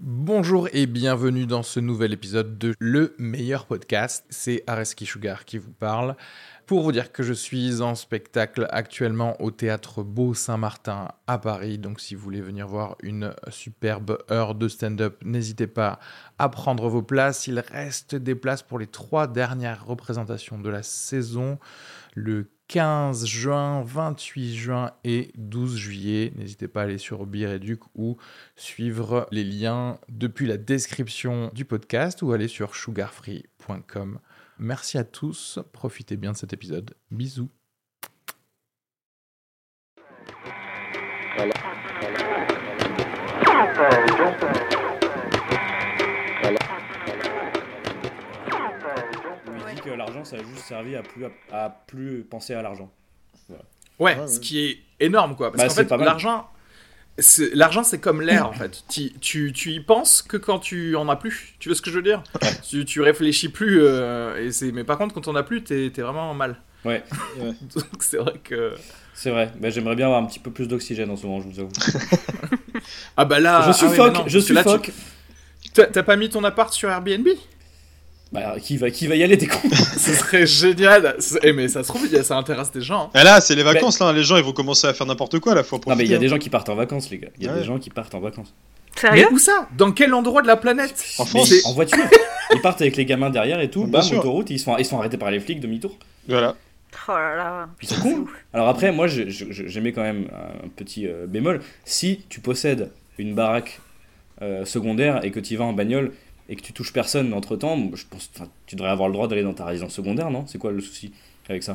Bonjour et bienvenue dans ce nouvel épisode de Le Meilleur Podcast. C'est Areski Sugar qui vous parle. Pour vous dire que je suis en spectacle actuellement au Théâtre Beau-Saint-Martin à Paris. Donc si vous voulez venir voir une superbe heure de stand-up, n'hésitez pas à prendre vos places. Il reste des places pour les 3 dernières représentations de la saison. Le 15 juin, 28 juin et 12 juillet. N'hésitez pas à aller sur Bireduc ou suivre les liens depuis la description du podcast ou aller sur sugarfree.com. Merci à tous, profitez bien de cet épisode. Bisous. Il dit que l'argent, ça a juste servi à plus penser à l'argent. Voilà. Ouais, ce qui est énorme, quoi. Parce qu'en fait, l'argent, c'est comme l'air, en fait. Tu y penses que quand tu en as plus. Tu vois ce que je veux dire ? Tu réfléchis plus. Mais par contre, quand t'en as plus, t'es vraiment mal. Ouais. Donc c'est vrai que... C'est vrai. Bah, j'aimerais bien avoir un petit peu plus d'oxygène en ce moment, je vous avoue. Ah bah là... Je suffoque. T'as pas mis ton appart sur Airbnb ? Bah, qui va y aller, t'es con. Ce serait génial. Mais ça se trouve, ça intéresse des gens. Et là, c'est les vacances, là. Les gens, ils vont commencer à faire n'importe quoi, là. Faut profiter. Non, mais il y a des gens qui partent en vacances, les gars. Il y a des gens qui partent en vacances. Sérieux ? Mais où ça ? Dans quel endroit de la planète ? En France. En voiture. Ils partent avec les gamins derrière et tout. Bam, autoroute. Ils sont arrêtés par les flics, demi-tour. Voilà. Oh là là. Puis c'est con. Alors après, moi, j'aimais quand même un petit bémol. Si tu possèdes une baraque secondaire et que tu y vas en bagnole et que tu touches personne entre temps, je pense, tu devrais avoir le droit d'aller dans ta résidence secondaire, non ? C'est quoi le souci avec ça ?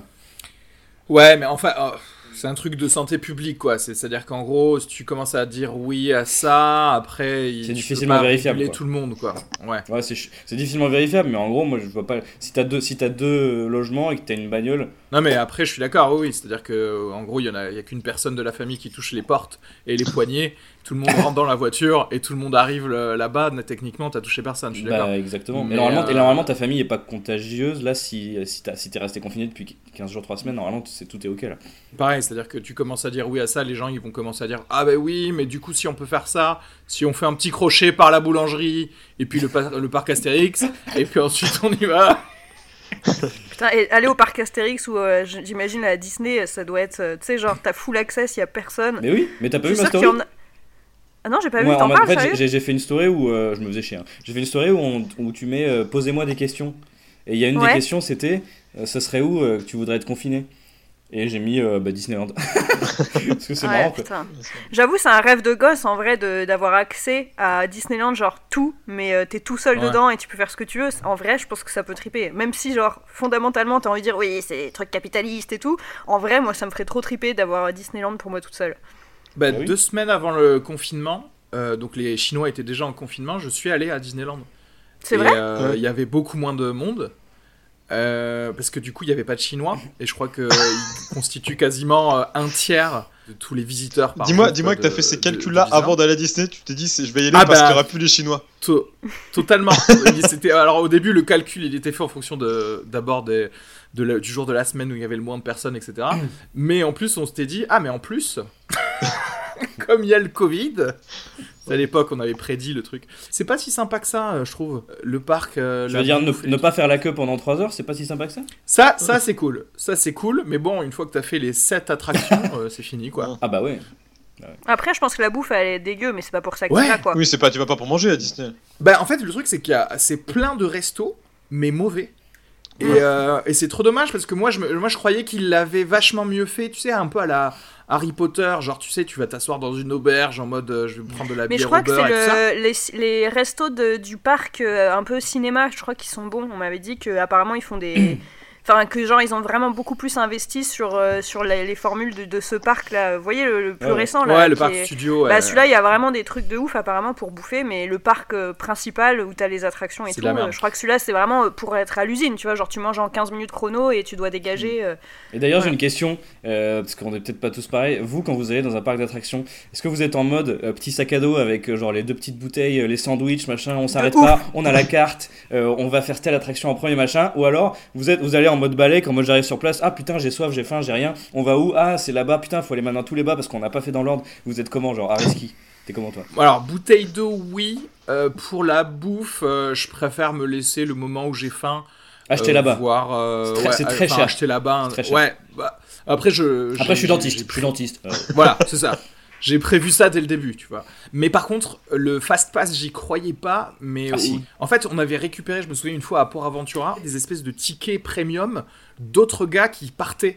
Ouais, mais enfin, c'est un truc de santé publique, quoi. C'est-à-dire qu'en gros, si tu commences à dire oui à ça, après, c'est difficilement vérifiable, quoi. Tout le monde, quoi. Ouais, c'est difficilement vérifiable, mais en gros, moi, je vois pas. Si t'as deux logements et que t'as une bagnole. Non, mais après, je suis d'accord, oui. C'est-à-dire que, en gros, il y a qu'une personne de la famille qui touche les portes et les poignées. Tout le monde rentre dans la voiture et tout le monde arrive là-bas. Techniquement, t'as touché personne, je suis d'accord. Bah, exactement. Mais normalement, ta famille est pas contagieuse. Là, si t'es resté confiné depuis 15 jours, 3 semaines, normalement, tout est ok, là. Pareil, c'est-à-dire que tu commences à dire oui à ça, les gens, ils vont commencer à dire ah bah oui, mais du coup, si on peut faire ça, si on fait un petit crochet par la boulangerie et puis le parc Astérix, et puis ensuite on y va. Putain, et aller au parc Astérix ou j'imagine à Disney, ça doit être, tu sais, genre t'as full access, y a personne. Mais oui, mais t'as pas vu ma story ? Ah non, j'ai pas vu, t'en parles, sérieux ? J'ai fait une story où je me faisais chier. J'ai fait une story où tu mets posez-moi des questions. Et il y a une des questions, c'était ce serait où que tu voudrais être confiné ? Et j'ai mis Disneyland. Parce que c'est marrant, quoi. J'avoue, c'est un rêve de gosse en vrai d'avoir accès à Disneyland, genre tout, mais t'es tout seul dedans et tu peux faire ce que tu veux. En vrai, je pense que ça peut triper. Même si, genre, fondamentalement, t'as envie de dire oui, c'est des trucs capitalistes et tout. En vrai, moi, ça me ferait trop triper d'avoir Disneyland pour moi toute seule. Bah, 2 semaines avant le confinement, donc les Chinois étaient déjà en confinement, je suis allé à Disneyland. C'est vrai ? Il y avait beaucoup moins de monde. Parce que du coup il n'y avait pas de Chinois et je crois qu'ils constituent quasiment un tiers de tous les visiteurs par dis-moi que t'as fait ces calculs-là avant d'aller à Disney. Tu t'es dit je vais y aller parce qu'il n'y aura plus les Chinois. Totalement. Alors au début le calcul il était fait en fonction d'abord du jour de la semaine où il y avait le moins de personnes, etc. Mais en plus on s'était dit mais en plus comme il y a le Covid, à l'époque on avait prédit le truc. C'est pas si sympa que ça, je trouve. Le parc. Tu veux dire ne pas faire la queue pendant 3 heures, c'est pas si sympa que ça ? Ça c'est cool. Ça c'est cool, mais bon, une fois que t'as fait les 7 attractions, c'est fini, quoi. Ah bah ouais. Après, je pense que la bouffe elle est dégueu, mais c'est pas pour ça que tu vas, quoi. Oui, tu vas pas pour manger à Disney. Bah en fait le truc c'est c'est plein de restos, mais mauvais. Et c'est trop dommage parce que moi je croyais qu'il l'avait vachement mieux fait, tu sais, un peu à la Harry Potter, genre tu sais, tu vas t'asseoir dans une auberge en mode je vais prendre de la bière au beurre et tout ça. Mais je crois que les restos du parc un peu cinéma, je crois qu'ils sont bons. On m'avait dit qu'apparemment ils font des... Enfin, que genre ils ont vraiment beaucoup plus investi sur les formules de ce parc là. Vous voyez le plus récent là. Ouais, le parc studio. Bah celui-là il y a vraiment des trucs de ouf apparemment pour bouffer, mais le parc principal où t'as les attractions et tout, je crois que celui-là c'est vraiment pour être à l'usine, tu vois, genre tu manges en 15 minutes chrono et tu dois dégager. Et d'ailleurs j'ai une question, parce qu'on est peut-être pas tous pareils. Vous quand vous allez dans un parc d'attractions, est-ce que vous êtes en mode petit sac à dos avec genre les 2 petites bouteilles, les sandwichs, machin, on s'arrête pas, on a la carte, on va faire telle attraction en premier machin, ou alors vous allez en mode balai, en mode j'arrive sur place, ah putain j'ai soif, j'ai faim, j'ai rien, on va où, ah c'est là-bas, putain faut aller maintenant tous les bas parce qu'on n'a pas fait dans l'ordre. Vous êtes comment, genre Areski, t'es comment toi? Alors bouteille d'eau oui, Pour la bouffe, je préfère me laisser le moment où j'ai faim. Acheter là-bas. C'est très cher. Acheter là-bas. C'est très cher. Ouais. Après, je suis dentiste. Voilà, c'est ça. J'ai prévu ça dès le début, tu vois. Mais par contre, le Fast Pass, j'y croyais pas. Mais si. En fait, on avait récupéré, je me souviens une fois à Port Aventura, des espèces de tickets premium d'autres gars qui partaient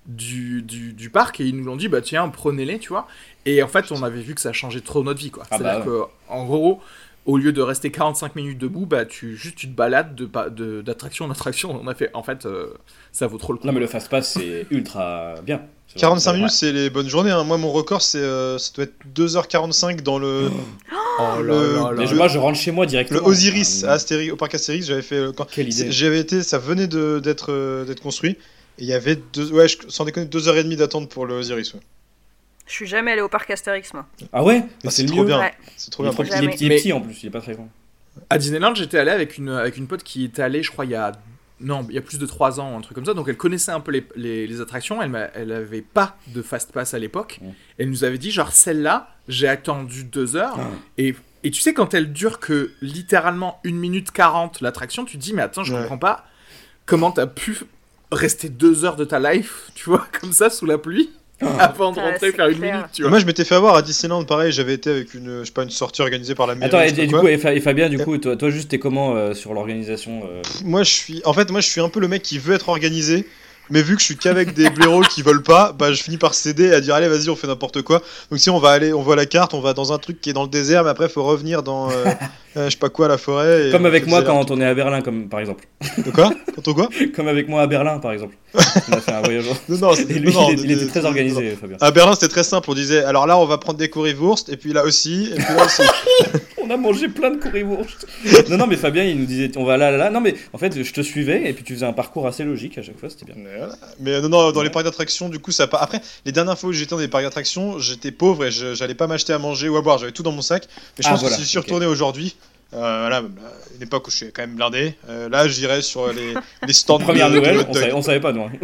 du parc et ils nous l'ont dit, bah tiens, prenez-les, tu vois. Et en fait, on avait vu que ça changeait trop notre vie, quoi. C'est-à-dire que, en gros, au lieu de rester 45 minutes debout, bah tu te balades d'attraction en attraction. On a fait, en fait, ça vaut trop le coup. Non, mais le Fast Pass, c'est ultra bien. 45 minutes, c'est les bonnes journées. Hein. Moi, mon record, ça doit être 2h45 dans le. Oh là là. Moi, je rentre chez moi directement. Le Osiris au parc Astérix, j'avais fait. Quelle idée. J'avais été, ça venait d'être construit. Et il y avait sans déconner, 2h30 d'attente pour le Osiris. Ouais. Je suis jamais allé au parc Astérix, moi. Ah ouais, c'est trop bien. Ouais. C'est trop bien. Il est petit en plus, il est pas très grand. À Disneyland, j'étais allé avec une pote qui était allée, je crois, il y a plus de 3 ans, un truc comme ça. Donc elle connaissait un peu les attractions. Elle avait pas de Fast Pass à l'époque. Elle nous avait dit, genre, celle-là, j'ai attendu 2 heures. Et tu sais, quand elle dure que littéralement 1 minute 40 l'attraction, tu te dis, mais attends, je comprends pas comment t'as pu rester 2 heures de ta life, tu vois, comme ça, sous la pluie. Avant de rentrer faire 1 minute, tu vois. Moi, je m'étais fait avoir à Disneyland, pareil, j'avais été avec une sortie organisée par la mairie. Attends, et du coup, et Fabien, du coup, toi juste, t'es comment sur l'organisation Moi, je suis un peu le mec qui veut être organisé, mais vu que je suis qu'avec des blaireaux qui veulent pas, bah, je finis par céder et à dire, allez, vas-y, on fait n'importe quoi. Donc, si on voit la carte, on va dans un truc qui est dans le désert, mais après, faut revenir dans, je sais pas quoi, la forêt. Comme avec moi quand on est à Berlin, par exemple. De quoi ? Quand on quoi ? Comme avec moi à Berlin, par exemple. On a fait un voyage. Et lui, il était très organisé, Fabien. À Berlin, c'était très simple. On disait, alors là, on va prendre des currywurst, et puis là aussi, et puis là aussi. On a mangé plein de currywurst. Non, mais Fabien, il nous disait, on va là. Non, mais en fait, je te suivais, et puis tu faisais un parcours assez logique à chaque fois, c'était bien. Mais non, dans les parcs d'attractions, du coup, ça pas. Après, les dernières fois où j'étais dans des parcs d'attractions, j'étais pauvre et j'allais pas m'acheter à manger ou à boire. J'avais tout dans mon sac. Mais je pense que si je suis retourné aujourd'hui. Voilà, une époque où je suis quand même blindé. Là, j'irais sur les stands. Première nouvelle, on savait pas, non.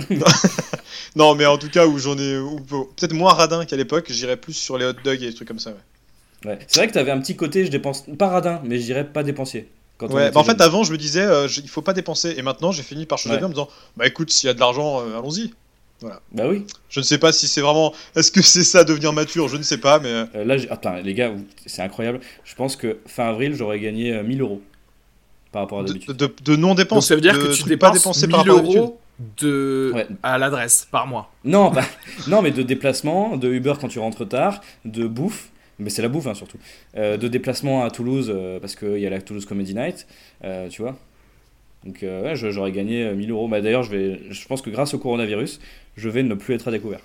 Non, mais en tout cas, où j'en ai. Peut-être moins radin qu'à l'époque, j'irais plus sur les hot dogs et des trucs comme ça. Ouais. C'est vrai que t'avais un petit côté, je dépense. Pas radin, mais je dirais pas dépensier. En fait, avant, je me disais, il faut pas dépenser. Et maintenant, j'ai fini par changer d'avis en me disant, bah écoute, s'il y a de l'argent, allons-y. Voilà. Bah oui. Je ne sais pas si c'est vraiment. Est-ce que c'est ça devenir mature ? Je ne sais pas, mais. Là, attends, les gars, c'est incroyable. Je pense que fin avril, j'aurais gagné 1 000 € par rapport à d'habitude. De non-dépenses. Donc ça veut dire que tu dépenses 1 000 € à l'adresse par mois. Non, mais de déplacement, de Uber quand tu rentres tard, de bouffe. Mais c'est la bouffe, hein, surtout. De déplacement à Toulouse, parce qu'il y a la Toulouse Comedy Night, tu vois. Donc j'aurais gagné 1 000 €. Bah, d'ailleurs, je pense que grâce au coronavirus, je vais ne plus être à découvert.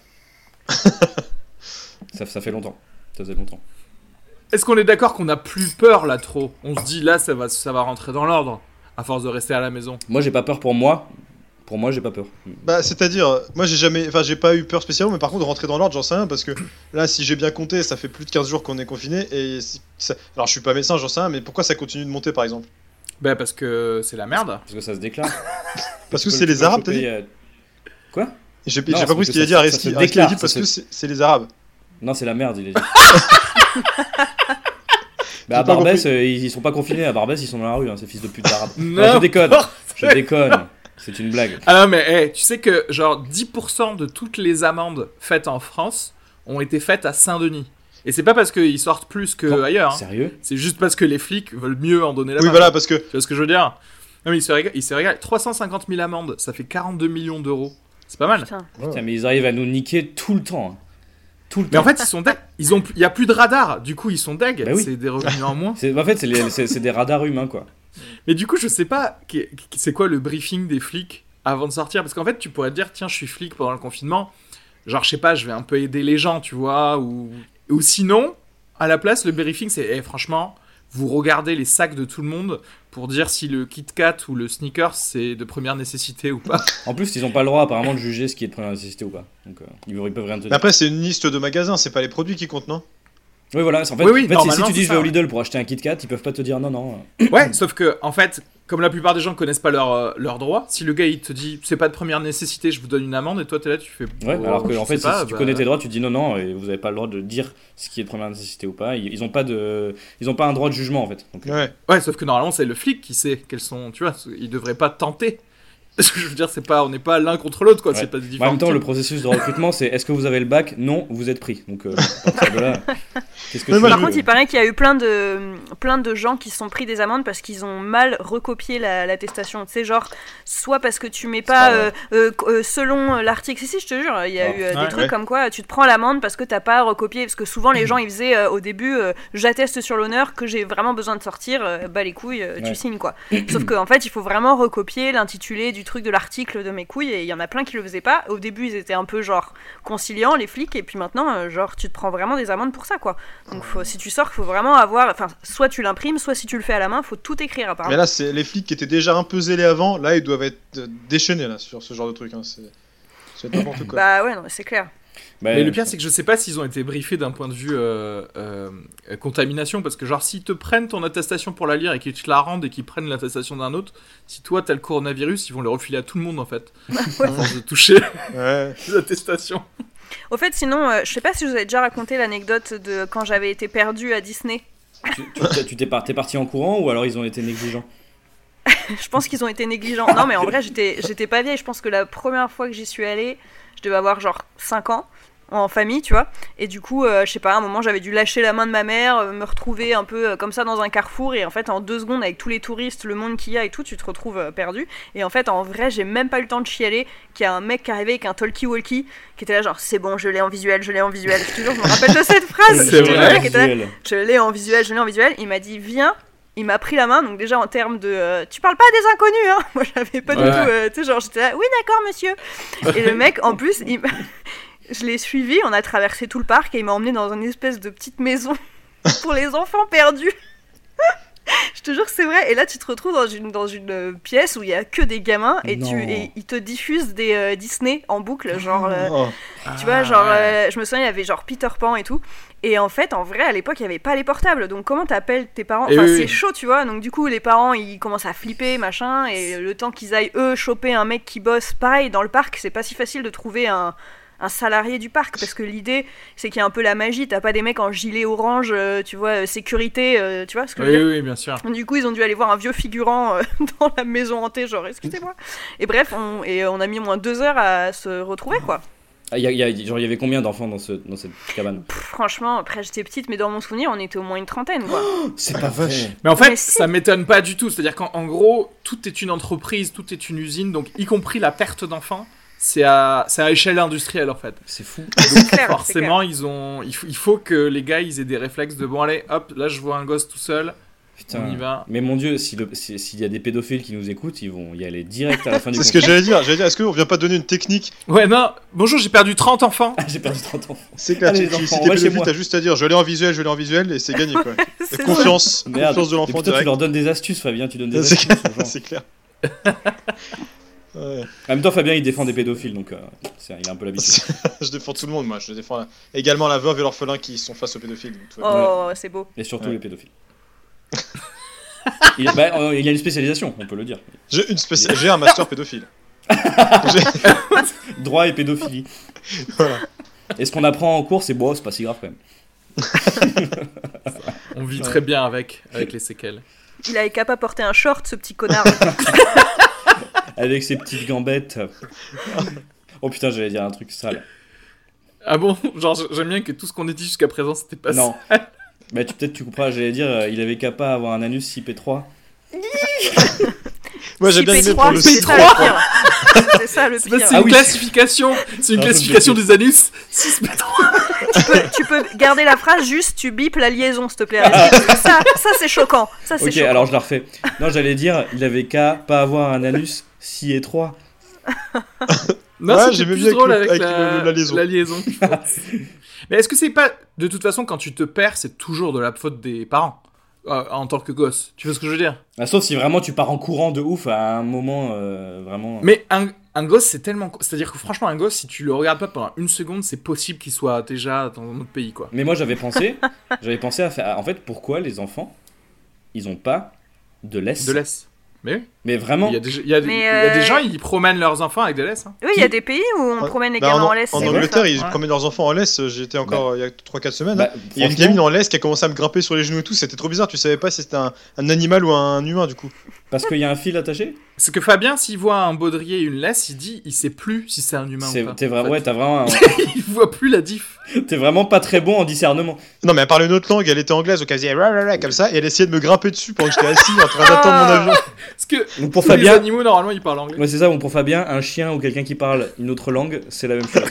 ça fait longtemps. Ça faisait longtemps. Est-ce qu'on est d'accord qu'on n'a plus peur là trop ? On se dit là, ça va rentrer dans l'ordre, à force de rester à la maison. Moi, j'ai pas peur pour moi. Pour moi, j'ai pas peur. Bah, c'est-à-dire, moi, j'ai pas eu peur spécialement, mais par contre, rentrer dans l'ordre, j'en sais rien, parce que là, si j'ai bien compté, ça fait plus de 15 jours qu'on est confiné, et alors je suis pas médecin, j'en sais rien, mais pourquoi ça continue de monter, par exemple ? Bah, parce que c'est la merde. Parce que ça se déclare. Parce que c'est les Arabes, t'as dit ? Quoi ? J'ai pas compris ce qu'il a dit à Reski. Il a dit parce que c'est les Arabes. Non, c'est la merde, il a dit. Bah à Barbès, ils sont pas confinés. À Barbès, ils sont dans la rue, hein, ces fils de pute d'Arabes. Non, je déconne. C'est une blague. Ah non, mais tu sais que genre 10% de toutes les amendes faites en France ont été faites à Saint-Denis. Et c'est pas parce qu'ils sortent plus qu'ailleurs. Hein. Sérieux ? C'est juste parce que les flics veulent mieux en donner la main. Oui, voilà, parce que. Tu vois ce que je veux dire ? Non, mais ils se régalent. 350 000 amendes, ça fait 42 millions d'euros. C'est pas mal. Putain, mais ils arrivent à nous niquer tout le temps. Hein. Mais en fait, ils sont deg. Il y a plus de radars. Du coup, ils sont deg. Bah oui. C'est des revenus en moins. En fait, c'est des radars humains, quoi. Mais du coup, je sais pas c'est quoi le briefing des flics avant de sortir. Parce qu'en fait, tu pourrais te dire, tiens, je suis flic pendant le confinement. Genre, je sais pas, je vais un peu aider les gens, tu vois. Ou sinon, à la place, le briefing, c'est, franchement, vous regardez les sacs de tout le monde pour dire si le Kit Kat ou le Snickers, c'est de première nécessité ou pas. En plus, ils ont pas le droit, apparemment, de juger ce qui est de première nécessité ou pas. Donc, ils peuvent rien te dire. Mais après, c'est une liste de magasins, c'est pas les produits qui comptent, non ? Oui, voilà, en fait, si tu dis je vais au Lidl pour acheter un Kit Kat, ils peuvent pas te dire non. Ouais, sauf que, en fait, comme la plupart des gens connaissent pas leurs droits, si le gars il te dit c'est pas de première nécessité, je vous donne une amende, et toi t'es là, tu fais. Ouais, alors que en fait, si tu connais tes droits, tu dis non, et vous avez pas le droit de dire ce qui est de première nécessité ou pas. Ils ont pas un droit de jugement en fait. Donc, ouais, sauf que normalement c'est le flic qui sait quels sont, tu vois, il devrait pas tenter. Parce que je veux dire, on n'est pas l'un contre l'autre, quoi. Ouais. C'est pas différent. En même temps, le processus de recrutement, c'est est-ce que vous avez le bac ? Non, vous êtes pris. Donc, à partir de là, qu'est-ce que Par contre, il paraît qu'il y a eu plein de gens qui se sont pris des amendes parce qu'ils ont mal recopié l'attestation. Tu sais, genre, soit parce que tu mets pas selon l'article. Si, je te jure, il y a eu des trucs comme quoi tu te prends l'amende parce que t'as pas recopié. Parce que souvent, les gens, ils faisaient au début, j'atteste sur l'honneur que j'ai vraiment besoin de sortir, bah les couilles, tu signes, quoi. Sauf qu'en fait, il faut vraiment recopier l'intitulé du truc de l'article de mes couilles, et il y en a plein qui le faisaient pas. Au début, ils étaient un peu genre conciliants, les flics, et puis maintenant, genre, tu te prends vraiment des amendes pour ça, quoi. Donc, si tu sors, faut vraiment avoir. Enfin, soit tu l'imprimes, soit si tu le fais à la main, faut tout écrire, apparemment. Mais là, c'est les flics qui étaient déjà un peu zélés avant, là, ils doivent être déchaînés, là, sur ce genre de truc. Hein. C'est n'importe quoi. Bah ouais, non, c'est clair. Mais le pire, c'est que je sais pas s'ils ont été briefés d'un point de vue contamination, parce que genre s'ils te prennent ton attestation pour la lire et qu'ils te la rendent et qu'ils prennent l'attestation d'un autre, si toi t'as le coronavirus, ils vont le refiler à tout le monde en fait, avant de toucher les attestations. Au fait, sinon, je sais pas si je vous avez déjà raconté l'anecdote de quand j'avais été perdue à Disney. T'es parti en courant ou alors ils ont été négligents? Je pense qu'ils ont été négligents. Non, mais en vrai, j'étais pas vieille. Je pense que la première fois que j'y suis allée, je devais avoir genre 5 ans, en famille, tu vois. Et du coup, je sais pas, à un moment, j'avais dû lâcher la main de ma mère, me retrouver un peu comme ça dans un carrefour. Et en fait, en 2 secondes, avec tous les touristes, le monde qu'il y a et tout, tu te retrouves perdu. Et en fait, en vrai, j'ai même pas eu le temps de chialer qu'il y a un mec qui arrivait avec un talkie-walkie qui était là genre, c'est bon, je l'ai en visuel. Je te jure, je me rappelle de cette phrase. C'est vrai. Le mec était là, je l'ai en visuel. Il m'a dit, viens. Il m'a pris la main, donc déjà en termes de tu parles pas à des inconnus, hein. Moi j'avais pas du tout, tu sais, genre j'étais là, oui d'accord monsieur. Et le mec en plus, je l'ai suivi, on a traversé tout le parc et il m'a emmené dans une espèce de petite maison pour les enfants perdus. Je te jure que c'est vrai. Et là tu te retrouves dans une pièce où il y a que des gamins et ils te diffusent des Disney en boucle, genre tu vois, genre je me souviens il y avait genre Peter Pan et tout. Et en fait, en vrai, à l'époque, il n'y avait pas les portables. Donc, comment t'appelles tes parents ? Enfin, c'est chaud, tu vois. Donc, du coup, les parents, ils commencent à flipper, machin. Et le temps qu'ils aillent, eux, choper un mec qui bosse, pareil, dans le parc, c'est pas si facile de trouver un salarié du parc. Parce que l'idée, c'est qu'il y a un peu la magie. T'as pas des mecs en gilet orange, tu vois, sécurité, tu vois ce que je veux dire ? Oui, bien sûr. Du coup, ils ont dû aller voir un vieux figurant dans la maison hantée, genre, excusez-moi. Et bref, on a mis au moins 2 heures à se retrouver, quoi. Il y avait combien d'enfants dans cette cabane ? Franchement, après j'étais petite, mais dans mon souvenir, on était au moins une trentaine, quoi. C'est pas vache. Mais en fait, ça m'étonne pas du tout. C'est-à-dire qu'en gros, tout est une entreprise, tout est une usine, donc y compris la perte d'enfants, c'est à échelle industrielle en fait. C'est fou. Donc clair, forcément, il faut que les gars ils aient des réflexes de bon allez, hop, là je vois un gosse tout seul. Putain, on y va. Mais mon Dieu, s'il y a des pédophiles qui nous écoutent, ils vont y aller direct à la fin du C'est ce que j'allais dire, est-ce qu'on vient pas donner une technique ? Ouais, non, bonjour, j'ai perdu 30 enfants. J'ai perdu 30 enfants. C'est clair, si t'es pédophile, t'as juste à dire je l'ai en visuel, et c'est gagné, quoi. Confiance de l'enfant direct. Tu leur donnes des astuces, Fabien, tu donnes des astuces. C'est clair. En même temps, Fabien, il défend des pédophiles, donc il a un peu l'habitude. Je défends tout le monde, moi. Je défends également la veuve et l'orphelin qui sont face aux pédophiles. C'est beau. Et surtout les pédophiles. Il a une spécialisation, on peut le dire. J'ai un master pédophile. Droit et pédophilie. Voilà. Et ce qu'on apprend en cours, c'est pas si grave quand même. On vit très bien avec les séquelles. Il avait qu'à pas porter un short, ce petit connard. Avec ses petites gambettes. Oh putain, j'allais dire un truc sale. Ah bon ? Genre, j'aime bien que tout ce qu'on a dit jusqu'à présent, c'était pas non. Sale. Bah peut-être tu comprends, j'allais dire, il avait qu'à pas avoir un anus 6P3. Moi j'ai bien aimé pour le P3. C'est ça le pire. C'est une classification, c'est une classification des anus 6P3. Tu peux garder la phrase, juste tu bipes la liaison s'il te plaît. Ça c'est choquant. Ça, c'est choquant. Alors je la refais. Non, j'allais dire, il avait qu'à pas avoir un anus 6 et 3. Non, ouais, c'était plus drôle avec la liaison. Mais est-ce que c'est pas... De toute façon, quand tu te perds, c'est toujours de la faute des parents. en tant que gosse. Tu vois ce que je veux dire ? Sauf si vraiment tu pars en courant de ouf à un moment vraiment. Mais un gosse, c'est tellement... C'est-à-dire que franchement, un gosse, si tu le regardes pas pendant une seconde, c'est possible qu'il soit déjà dans un autre pays, quoi. Mais moi, j'avais pensé à faire... En fait, pourquoi les enfants, ils ont pas de laisse ? De laisse. Mais oui. Mais vraiment. Il y a des gens, ils promènent leurs enfants avec des laisses. Hein. Oui, il y a des pays où on promène les gamins en laisse. En Angleterre, ils promènent leurs enfants en laisse. J'y étais encore il y a 3-4 semaines. Il y a une franchement- gamine en laisse qui a commencé à me grimper sur les genoux et tout. C'était trop bizarre. Tu savais pas si c'était un animal ou un humain, du coup. Parce qu'il y a un fil attaché ? C'est que Fabien, s'il voit un baudrier et une laisse, il sait plus si c'est un humain ou pas. T'as En fait. vraiment Il voit plus la diff. T'es vraiment pas très bon en discernement. Non, mais elle parlait une autre langue. Elle était anglaise, donc elle faisait comme ça. Et elle essayait de me grimper dessus pendant que j'étais assis en train d'attendre mon avion. Parce que Donc pour tous les Fabien, animaux, normalement, ils parlent anglais. ouais, c'est ça, bon, pour Fabien, un chien ou quelqu'un qui parle une autre langue, c'est la même chose.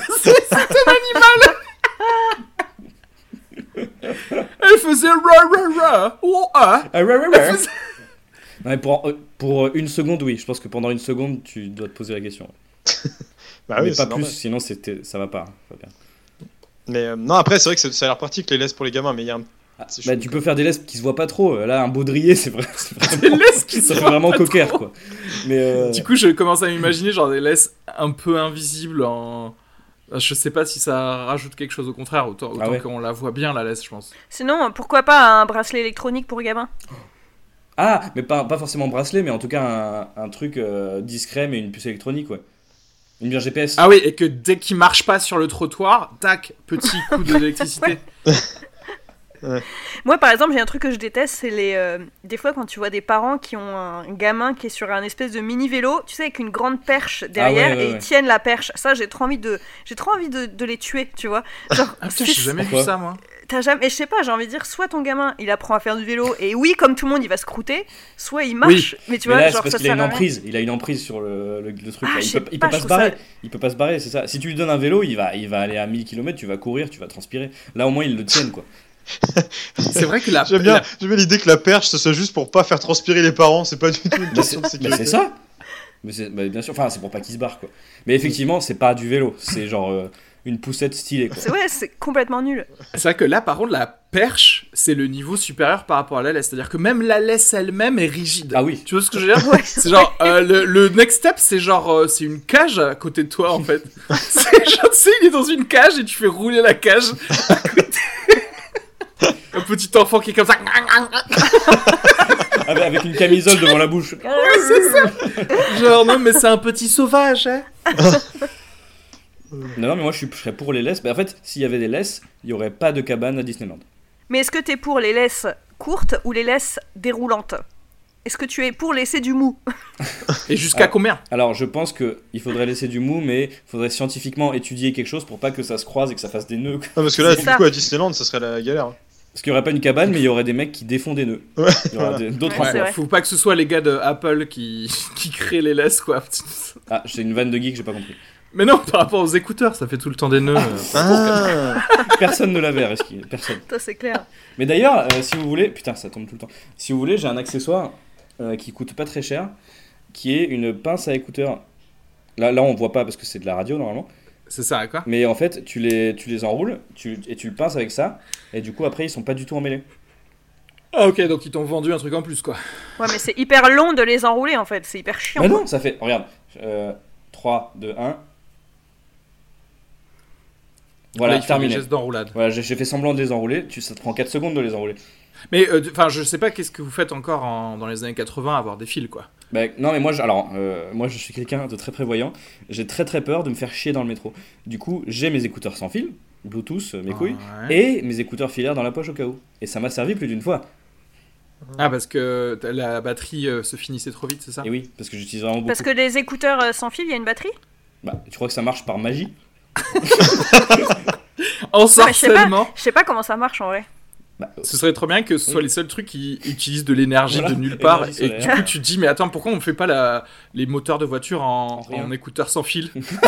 Elle faisait ra. Oh, ah. Elle faisait- Non, mais pour une seconde, oui. Je pense que pendant une seconde, tu dois te poser la question. Bah mais oui, pas c'est plus, normal. sinon ça va pas. Fabien. Mais non, après, c'est vrai que ça a l'air pratique les laisses pour les gamins. Mais il y a un. C'est Bah, chaud, tu quoi. peux faire des laisses qui se voient pas trop. Là, un baudrier, c'est vraiment, Des laisses qui ça se fait voient vraiment pas cocker, trop. quoi. Mais Du coup, je commence à m'imaginer genre des laisses un peu invisibles en... Je sais pas si ça rajoute quelque chose, au contraire, autant ouais. qu'on la voit bien, la laisse, je pense. Sinon, pourquoi pas un bracelet électronique pour gamins ? mais pas forcément bracelet, mais en tout cas un truc discret, mais une puce électronique, ouais. Une bière GPS. Ah oui, et que dès qu'il marche pas sur le trottoir, tac, petit coup d'électricité. Moi, par exemple, j'ai un truc que je déteste, c'est des fois quand tu vois des parents qui ont un gamin qui est sur un espèce de mini vélo, tu sais, avec une grande perche derrière, ouais, et ils tiennent la perche. Ça, j'ai trop envie de les tuer, tu vois. Genre, Ah putain, j'ai jamais vu Pourquoi ça, moi. t'as jamais, et je sais pas, j'ai envie de dire, soit ton gamin, il apprend à faire du vélo, et oui, comme tout le monde, il va se croûter, soit il marche, mais tu Mais vois, là, genre, c'est parce ça qu'il a sert une à rien. emprise. Il a une emprise sur le truc. Ah, là. je Il sais peut pas, pas je se trouve barrer. ça- Il peut pas se barrer, c'est ça. Si tu lui donnes un vélo, il va aller à 1000 km, tu vas courir, tu vas transpirer. Là, au moins, ils le tiennent, quoi. C'est vrai que la... J'aime bien l'idée que la perche, ce soit juste pour pas faire transpirer les parents. C'est pas du tout une Mais question de c'est sécurité. ça. Mais bien sûr, enfin, c'est pour pas qu'il se barre, quoi. Mais effectivement, c'est pas du vélo. C'est genre une poussette stylée, quoi. C'est complètement nul. C'est vrai que là, par contre, la perche, c'est le niveau supérieur par rapport à la laisse. C'est-à-dire que même la laisse elle-même est rigide. Ah oui. Tu vois ce que je veux dire? Ouais. C'est genre, le next step, c'est genre, c'est une cage à côté de toi, en fait. C'est genre, tu sais, il est dans une cage et tu fais rouler la cage à côté. Un petit enfant qui est comme ça. Avec une camisole devant la bouche. C'est ça. Genre, non, mais c'est un petit sauvage, hein. Non, mais moi, je serais pour les laisses. Bah, en fait, s'il y avait des laisses, il y aurait pas de cabane à Disneyland. Mais est-ce que t'es pour les laisses courtes ou les laisses déroulantes? Est-ce que tu es pour laisser du mou? Et jusqu'à combien? Alors, je pense qu'il faudrait laisser du mou, mais il faudrait scientifiquement étudier quelque chose pour pas que ça se croise et que ça fasse des nœuds, quoi. Non, parce que là, C'est du ça. coup, à Disneyland, ça serait la galère. Parce qu'il y aurait pas une cabane, mais il y aurait des mecs qui défont des nœuds. Ouais, Il y aura d'autres Ouais, c'est emplois. vrai. Faut pas que ce soit les gars de Apple qui créent les laisses, quoi. Ah, c'est une vanne de geek, j'ai pas compris. Mais non, par rapport aux écouteurs, ça fait tout le temps des nœuds. Ah, Personne ne l'avait, Reski. Personne. Toi, c'est clair. Mais d'ailleurs, si vous voulez, putain, ça tombe tout le temps. Si vous voulez, j'ai un accessoire qui coûte pas très cher, qui est une pince à écouteurs. Là, on voit pas parce que c'est de la radio normalement. C'est ça, quoi. Mais en fait, tu les enroules et tu le pinces avec ça. Et du coup, après, ils sont pas du tout emmêlés. Ah, ok, donc ils t'ont vendu un truc en plus, quoi. Ouais, mais c'est hyper long de les enrouler en fait, c'est hyper chiant. Mais quoi. non, ça fait. Regarde. 3, 2, 1. Voilà, Là, ils font terminé. des gestes d'enroulade. Voilà, j'ai fait semblant de les enrouler. Ça te prend 4 secondes de les enrouler. Mais, enfin, je sais pas qu'est-ce que vous faites encore dans les années 80 à avoir des fils, quoi. Bah, non, mais moi, moi, je suis quelqu'un de très prévoyant. J'ai très très peur de me faire chier dans le métro. Du coup, j'ai mes écouteurs sans fil, Bluetooth, mes couilles, Ouais. et mes écouteurs filaires dans la poche au cas où. Et ça m'a servi plus d'une fois. Ah, parce que la batterie se finissait trop vite, c'est ça? Et oui, parce que j'utilise vraiment beaucoup. Parce que les écouteurs sans fil, il y a une batterie? Bah, tu crois que ça marche par magie? En Non, mais je sais pas. sorcellement. Je sais pas comment ça marche en vrai. Bah, Ce serait trop bien que ce soit les seuls trucs qui utilisent de l'énergie Voilà, de nulle part. énergie Et solaire. du coup, tu te dis, mais attends, pourquoi on fait pas les moteurs de voiture Rien. en écouteurs sans fil?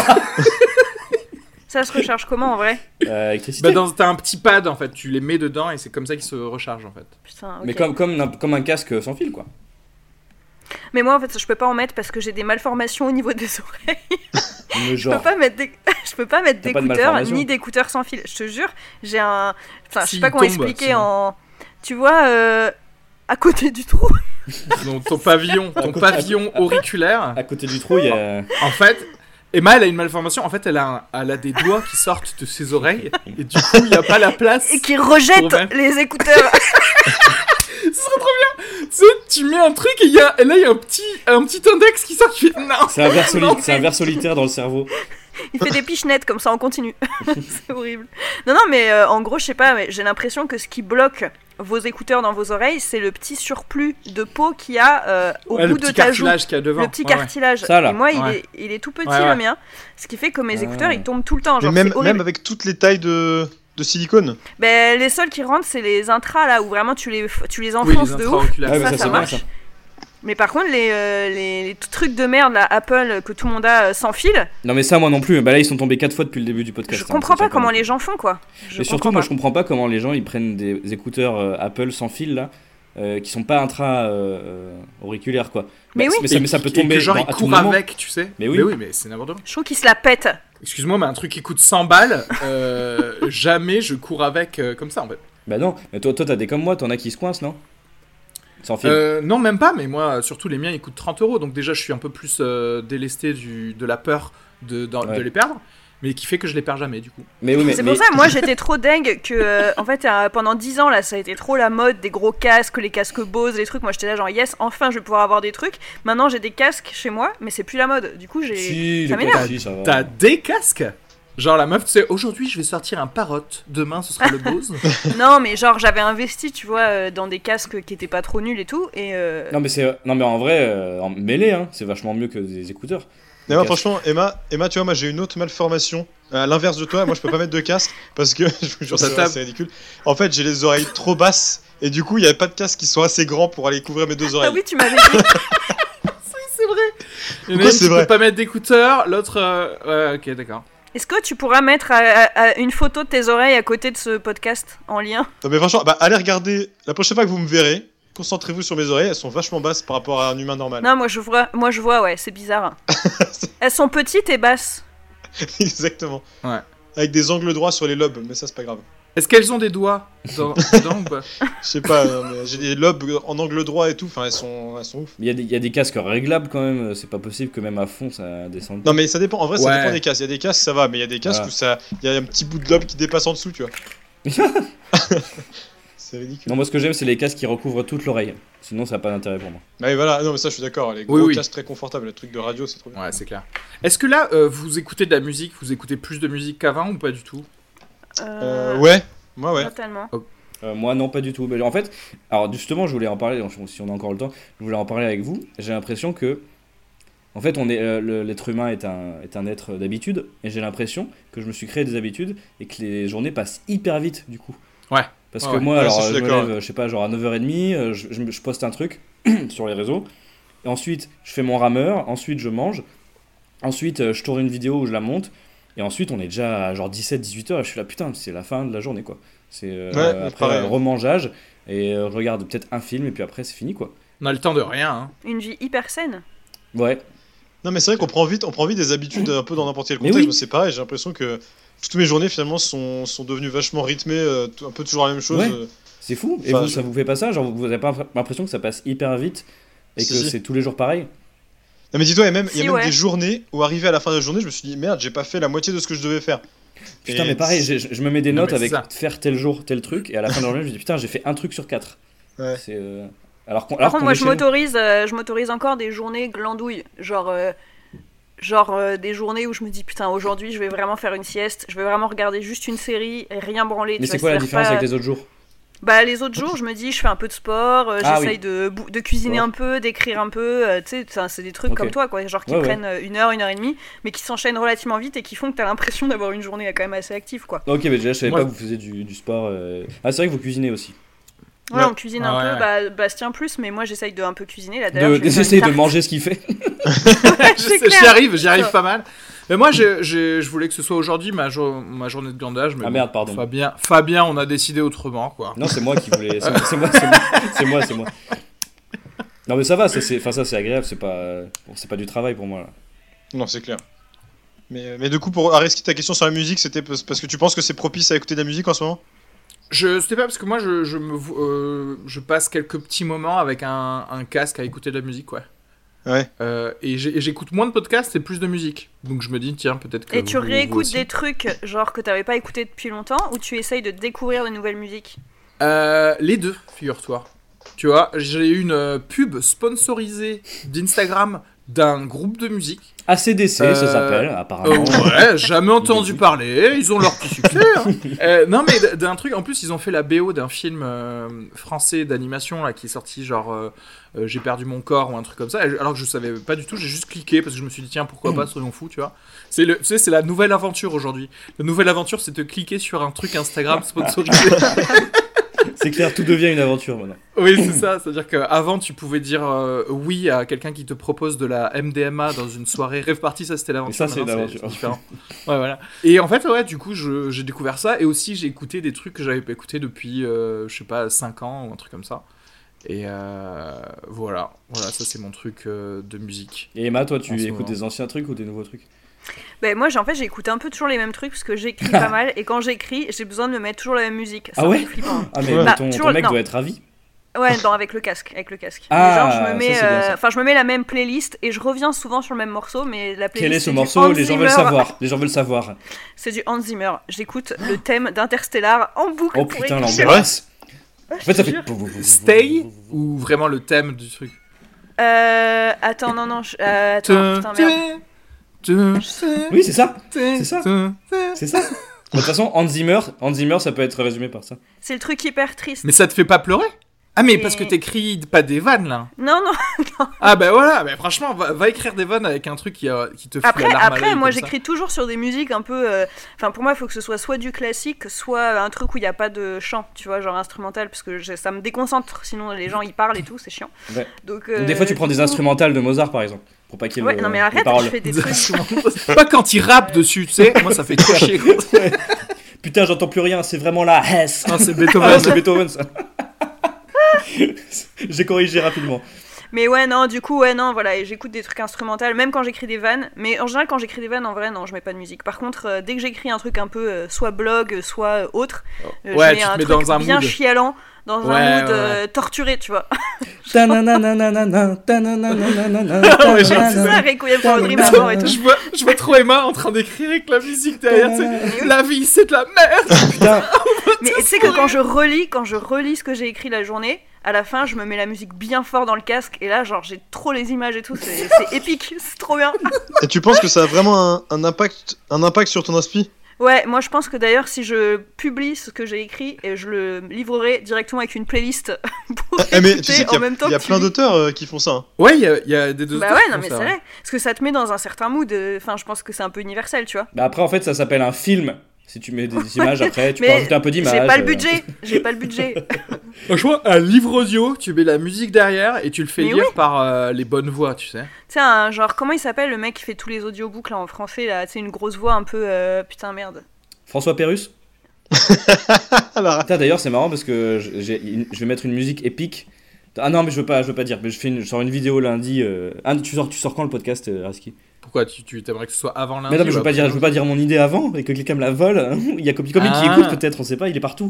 Ça se recharge comment en vrai? électricité. Bah, t'as un petit pad, en fait. Tu les mets dedans et c'est comme ça qu'ils se rechargent, en fait. Putain, ok. Mais comme un casque sans fil, quoi. Mais moi en fait, je peux pas en mettre parce que j'ai des malformations au niveau des oreilles. Le Je genre. peux pas mettre je peux pas mettre T'as pas de d'écouteurs malformation ni d'écouteurs sans fil. Je te jure, j'ai un. Enfin, je sais S'il pas comment tombe, expliquer sinon. en. Tu vois, à côté du trou. Donc, ton pavillon auriculaire. À côté du trou, il y a. En fait, Emma, elle a une malformation. En fait, elle a des doigts qui sortent de ses oreilles. Et du coup, il n'y a pas la place. Et qui rejette les écouteurs. Ce serait trop bien. Tu sais, tu mets un truc et là, il y a un petit index qui sort. Tu fais non. C'est un ver solitaire dans le cerveau. Il fait des pichenettes comme ça, on continue. C'est horrible. Non, mais en gros, je sais pas, mais j'ai l'impression que ce qui bloque vos écouteurs dans vos oreilles, c'est le petit surplus de peau qu'il y a au bout de ta joue. Le petit cartilage qu'il y a devant. Le petit cartilage. Ça, là. Et moi, il est tout petit, le mien. Ce qui fait que mes écouteurs, ils tombent tout le temps. Genre, même avec toutes les tailles de silicone. Ben, les seuls qui rentrent, c'est les intras, là, où vraiment tu les enfonces de ouf. Ça marche. Bien, ça. Mais par contre, les trucs de merde, là, Apple, que tout le monde a sans fil. Non, mais ça, moi non plus. Bah là, ils sont tombés 4 fois depuis le début du podcast. Je comprends pas comment les gens font, quoi. Et surtout, moi, je comprends pas comment les gens ils prennent des écouteurs Apple sans fil, là, qui sont pas auriculaires, quoi. Mais oui. Mais ça peut tomber. Genre, ils courent avec, tu sais. Mais oui, mais c'est n'importe quoi. Je trouve qu'ils se la pètent. Excuse-moi, mais un truc qui coûte 100 balles, jamais je cours avec comme ça, en fait. Bah non, mais toi, t'as des comme moi, t'en as qui se coincent, non? Sans fil. Non, même pas, mais moi, surtout les miens, ils coûtent 30 €. Donc déjà, je suis un peu plus délesté de la peur de les perdre, mais qui fait que je les perds jamais, du coup. C'est pour ça, moi, j'étais trop dingue que, en fait, pendant 10 ans, là, ça a été trop la mode des gros casques, les casques Bose, les trucs. Moi, j'étais là, genre, yes, enfin, je vais pouvoir avoir des trucs. Maintenant, j'ai des casques chez moi, mais c'est plus la mode. Du coup, ça m'énerve. T'as des casques ? Genre la meuf, tu sais, aujourd'hui je vais sortir un Parrot, demain ce sera le Bose. Non, mais genre j'avais investi, tu vois, dans des casques qui étaient pas trop nuls et tout. Et Non, mais en vrai, en mêlée, hein, c'est vachement mieux que des écouteurs. Mais moi, franchement, Emma, tu vois, moi j'ai une autre malformation. À l'inverse de toi, moi je peux pas mettre de casque parce que je vous jure, c'est ridicule. En fait, j'ai les oreilles trop basses et du coup, il y avait pas de casque qui soit assez grand pour aller couvrir mes deux oreilles. Ah oui, tu m'avais dit. C'est vrai. Il y en a une qui peut pas mettre d'écouteurs, l'autre. Ouais, ok, d'accord. Est-ce que tu pourras mettre une photo de tes oreilles à côté de ce podcast en lien ? Non mais franchement, allez regarder, la prochaine fois que vous me verrez, concentrez-vous sur mes oreilles, elles sont vachement basses par rapport à un humain normal. Non, moi je vois, ouais, c'est bizarre. Elles sont petites et basses. Exactement. Ouais. Avec des angles droits sur les lobes, mais ça c'est pas grave. Est-ce qu'elles ont des doigts dedans ou pas ? Je sais pas, mais j'ai des lobes en angle droit et tout, enfin elles sont ouf. Il y a des casques réglables quand même, c'est pas possible que même à fond ça descende. Non mais ça dépend, en vrai ça dépend des casques, il y a des casques ça va, mais il y a des casques où il y a un petit bout de lobe qui dépasse en dessous, tu vois. C'est ridicule. Non, moi ce que j'aime c'est les casques qui recouvrent toute l'oreille, sinon ça n'a pas d'intérêt pour moi. Bah oui, voilà, non mais ça je suis d'accord, les gros casques très confortables, les trucs de radio c'est trop bien. Ouais, c'est clair. Est-ce que là, vous écoutez de la musique, vous écoutez plus de musique qu'avant ou pas du tout ? Ouais. Moi, ouais. Totalement. Moi, non, pas du tout. Mais en fait, alors justement, je voulais en parler, si on a encore le temps, je voulais en parler avec vous. J'ai l'impression que, en fait, l'être humain est un être d'habitude, et j'ai l'impression que je me suis créé des habitudes et que les journées passent hyper vite, du coup. Ouais. Parce que moi, alors, je me lève, je sais pas, genre à 9h30, je poste un truc sur les réseaux, et ensuite, je fais mon rameur, ensuite, je mange, ensuite, je tourne une vidéo où je la monte, et ensuite, on est déjà à genre 17-18h, et je suis là, putain, c'est la fin de la journée, quoi. C'est après remangeage, et je regarde peut-être un film, et puis après, c'est fini, quoi. On a le temps de rien, hein. Une vie hyper saine. Ouais. Non, mais c'est vrai qu'on prend vite des habitudes un peu dans n'importe quel contexte. Oui. C'est pareil, j'ai l'impression que toutes mes journées, finalement, sont devenues vachement rythmées, un peu toujours la même chose. Ouais. C'est fou. Et vous, ça vous fait pas ça ? Genre, vous avez pas l'impression que ça passe hyper vite, et que c'est tous les jours pareil ? Non mais dis-toi, il y a même des journées où arrivé à la fin de la journée, je me suis dit merde, j'ai pas fait la moitié de ce que je devais faire. Putain, mais pareil, je me mets des notes avec faire tel jour, tel truc, et à la fin de la journée, je me dis putain, j'ai fait un truc sur 4. Ouais. C'est, Par contre, moi, je m'autorise encore des journées glandouilles, genre des journées où je me dis putain, aujourd'hui, je vais vraiment faire une sieste, je vais vraiment regarder juste une série et rien branler. Mais c'est quoi la différence avec les autres jours ? Bah les autres jours, je me dis, je fais un peu de sport, j'essaye de cuisiner un peu, d'écrire un peu, tu sais, c'est des trucs comme toi, quoi, genre qui prennent 1 heure, 1 heure et demie, mais qui s'enchaînent relativement vite et qui font que t'as l'impression d'avoir une journée quand même assez active, quoi. Ok, mais déjà, je savais pas que vous faisiez du sport. Ah, c'est vrai que vous cuisinez aussi. Ouais, on cuisine un peu, Bastien plus, mais moi j'essaye de un peu cuisiner, là d'ailleurs. J'essaye de manger ce qu'il fait. J'y arrive pas mal. Mais moi, je voulais que ce soit aujourd'hui ma journée de glandage. Mais merde, pardon. Fabien, on a décidé autrement, quoi. Non, c'est moi qui voulais. C'est moi. Non, mais ça va, ça c'est agréable. C'est pas du travail pour moi là. Non, c'est clair. Mais du coup, pour arrêter ta question sur la musique, c'était parce que tu penses que c'est propice à écouter de la musique en ce moment ? C'était pas parce que moi je passe quelques petits moments avec un casque à écouter de la musique, ouais. Ouais. Et j'écoute moins de podcasts et plus de musique. Donc je me dis, tiens, peut-être que. Et tu réécoutes des trucs genre que t'avais pas écouté depuis longtemps ou tu essayes de découvrir de nouvelles musiques? Les deux, figure-toi. Tu vois, j'ai eu une pub sponsorisée d'Instagram d'un groupe de musique. ACDC, ça s'appelle, apparemment. Ouais, jamais entendu parler, ils ont leur petit succès. Hein. Non, mais d'un truc, en plus, ils ont fait la BO d'un film français d'animation là, qui est sorti, genre J'ai perdu mon corps ou un truc comme ça, alors que je savais pas du tout, j'ai juste cliqué parce que je me suis dit, tiens, pourquoi pas, soyons fous, tu vois. Tu sais, c'est la nouvelle aventure aujourd'hui. La nouvelle aventure, c'est de cliquer sur un truc Instagram sponsorisé. C'est clair, tout devient une aventure maintenant. Oui, c'est ça. C'est-à-dire qu'avant, tu pouvais dire oui à quelqu'un qui te propose de la MDMA dans une soirée rave party. Ça, c'était l'aventure. Et ça, c'est une aventure. C'est différent. Ouais, voilà. Et en fait, ouais, du coup, j'ai découvert ça. Et aussi, j'ai écouté des trucs que j'avais pas écouté depuis, je sais pas, 5 ans ou un truc comme ça. Et voilà, ça, c'est mon truc de musique. Et Emma, toi, tu écoutes des anciens trucs ou des nouveaux trucs? Ben moi, en fait, j'écoute un peu toujours les mêmes trucs parce que j'écris pas mal et quand j'écris, j'ai besoin de me mettre toujours la même musique. Ah ouais? Ah mais bah, ton mec doit être ravi. Ouais, non, avec le casque. Ah, genre, je me mets la même playlist et je reviens souvent sur le même morceau, mais la playlist. Quel est ce morceau? Les gens veulent savoir. C'est du Hans Zimmer. J'écoute le thème d'Interstellar en boucle. Oh putain, l'angoisse. En fait, ça fait. Stay ou vraiment le thème du truc? Attends, non. Attends, putain, merde. Oui, c'est ça. De toute façon, Hans Zimmer, ça peut être résumé par ça. C'est le truc hyper triste. Mais ça te fait pas pleurer? Ah, mais parce que t'écris pas des vannes, là. Non. Ah, bah voilà, mais franchement, va écrire des vannes avec un truc qui te fout la larme à l'œil. Après, moi, j'écris toujours sur des musiques un peu... Enfin, pour moi, il faut que ce soit du classique, soit un truc où il n'y a pas de chant, tu vois, genre instrumental, parce que ça me déconcentre, sinon les gens, ils parlent et tout, c'est chiant. Ouais. Donc, des fois, tu prends des instrumentales de Mozart, par exemple, pour pas qu'il y ait non, mais arrête, je fais des trucs... Pas quand il rappe dessus, tu sais, moi, ça fait trop chier, quoi. Putain, j'entends plus rien, c'est vraiment la Hess. Non, c'est Beethoven, ça. J'ai corrigé rapidement. Mais du coup, voilà, et j'écoute des trucs instrumentaux, même quand j'écris des vannes. Mais en général, quand j'écris des vannes, en vrai, non, je mets pas de musique. Par contre, dès que j'écris un truc un peu soit blog, soit autre, je mets un truc dans un bien mood chialant, dans un mood torturé, tu vois. C'est ça, Requiem for a Dream avant et tout. Je vois trop Emma en train d'écrire avec la musique derrière, tu sais. La vie, c'est de la merde. Putain. Mais tu sais que quand je relis ce que j'ai écrit la journée, à la fin, je me mets la musique bien fort dans le casque et là, genre, j'ai trop les images et tout, c'est épique, c'est trop bien. Et tu penses que ça a vraiment un impact sur ton inspi? Ouais, moi je pense que d'ailleurs, si je publie ce que j'ai écrit, je le livrerai directement avec une playlist pour mais tu sais en même temps. Il y a plein d'auteurs qui font ça. Hein. Ouais, il y a des deux auteurs. Bah ouais, non mais c'est vrai, parce que ça te met dans un certain mood. Enfin, je pense que c'est un peu universel, tu vois. Bah après, en fait, ça s'appelle un film. Si tu mets des images après, tu peux rajouter un peu d'images. J'ai pas le budget. Franchement, un livre audio, tu mets la musique derrière et tu le fais lire par les bonnes voix, tu sais. Tu sais, genre, comment il s'appelle le mec qui fait tous les audiobooks là en français là? C'est une grosse voix un peu. Putain, merde. François Pérusse. D'ailleurs, c'est marrant parce que je vais mettre une musique épique. Ah non, mais je veux pas dire. Mais je sors une vidéo lundi. Tu sors quand le podcast, Raski? Pourquoi tu t'aimerais que ce soit avant lundi? Mais non, mais je veux pas dire mon idée avant et que quelqu'un me la vole. Il y a Comic qui écoute peut-être, on sait pas, il est partout.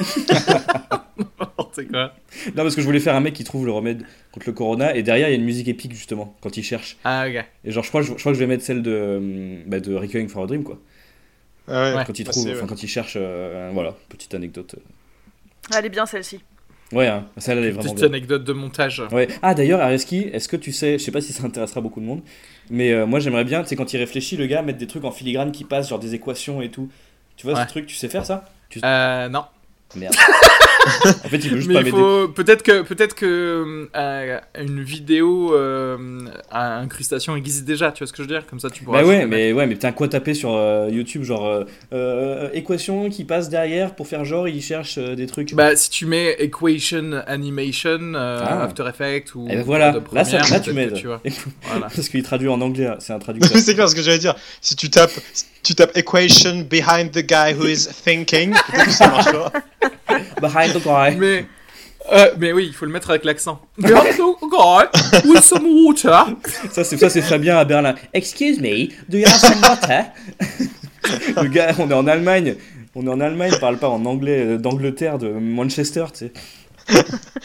C'est quoi? Non, parce que je voulais faire un mec qui trouve le remède contre le corona et derrière il y a une musique épique justement quand il cherche. Ah ok. Et genre je crois que je vais mettre celle de Requiem for a Dream quoi. Ah ouais. Quand il trouve, quand il cherche, voilà, petite anecdote. Elle est bien celle-ci. Ouais, hein, celle-là elle est vraiment petite anecdote de montage. Ouais. Ah d'ailleurs, Areski, est-ce que tu sais, je sais pas si ça intéressera beaucoup de monde, mais moi j'aimerais bien, tu sais, quand il réfléchit, le gars, mettre des trucs en filigrane qui passent, genre des équations et tout. Tu vois ce truc, tu sais faire ça? Non. Merde. En fait, il veut juste pas m'aider. Peut-être que une vidéo à incrustation existe déjà, tu vois ce que je veux dire? Comme ça, tu pourras. Bah ouais, mais putain, quoi taper sur YouTube, genre équation qui passe derrière pour faire genre il cherche des trucs. Bah si tu mets equation animation, After Effects ou. Et ben voilà, là tu m'aides. Voilà. Parce qu'il traduit en anglais, c'est un traducteur. C'est clair ce que j'allais dire. Si tu tapes equation behind the guy who is thinking, peut-être que ça marchera. Behind the guy. Mais oui, il faut le mettre avec l'accent. Behind the guy with some water. Ça c'est Fabien à Berlin. Excuse me, do you have some water? Le gars, on est en Allemagne. On est en Allemagne, on parle pas en anglais d'Angleterre, de Manchester, tu sais.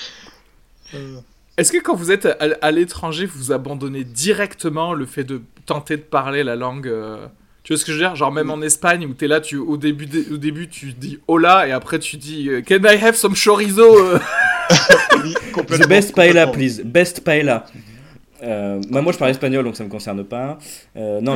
Est-ce que quand vous êtes à l'étranger, vous abandonnez directement le fait de tenter de parler la langue Tu vois ce que je veux dire? Genre même en Espagne où t'es là, au début tu dis hola et après tu dis can I have some chorizo Oui, The best paella, please. Best paella. Moi je parle espagnol donc ça me concerne pas. Non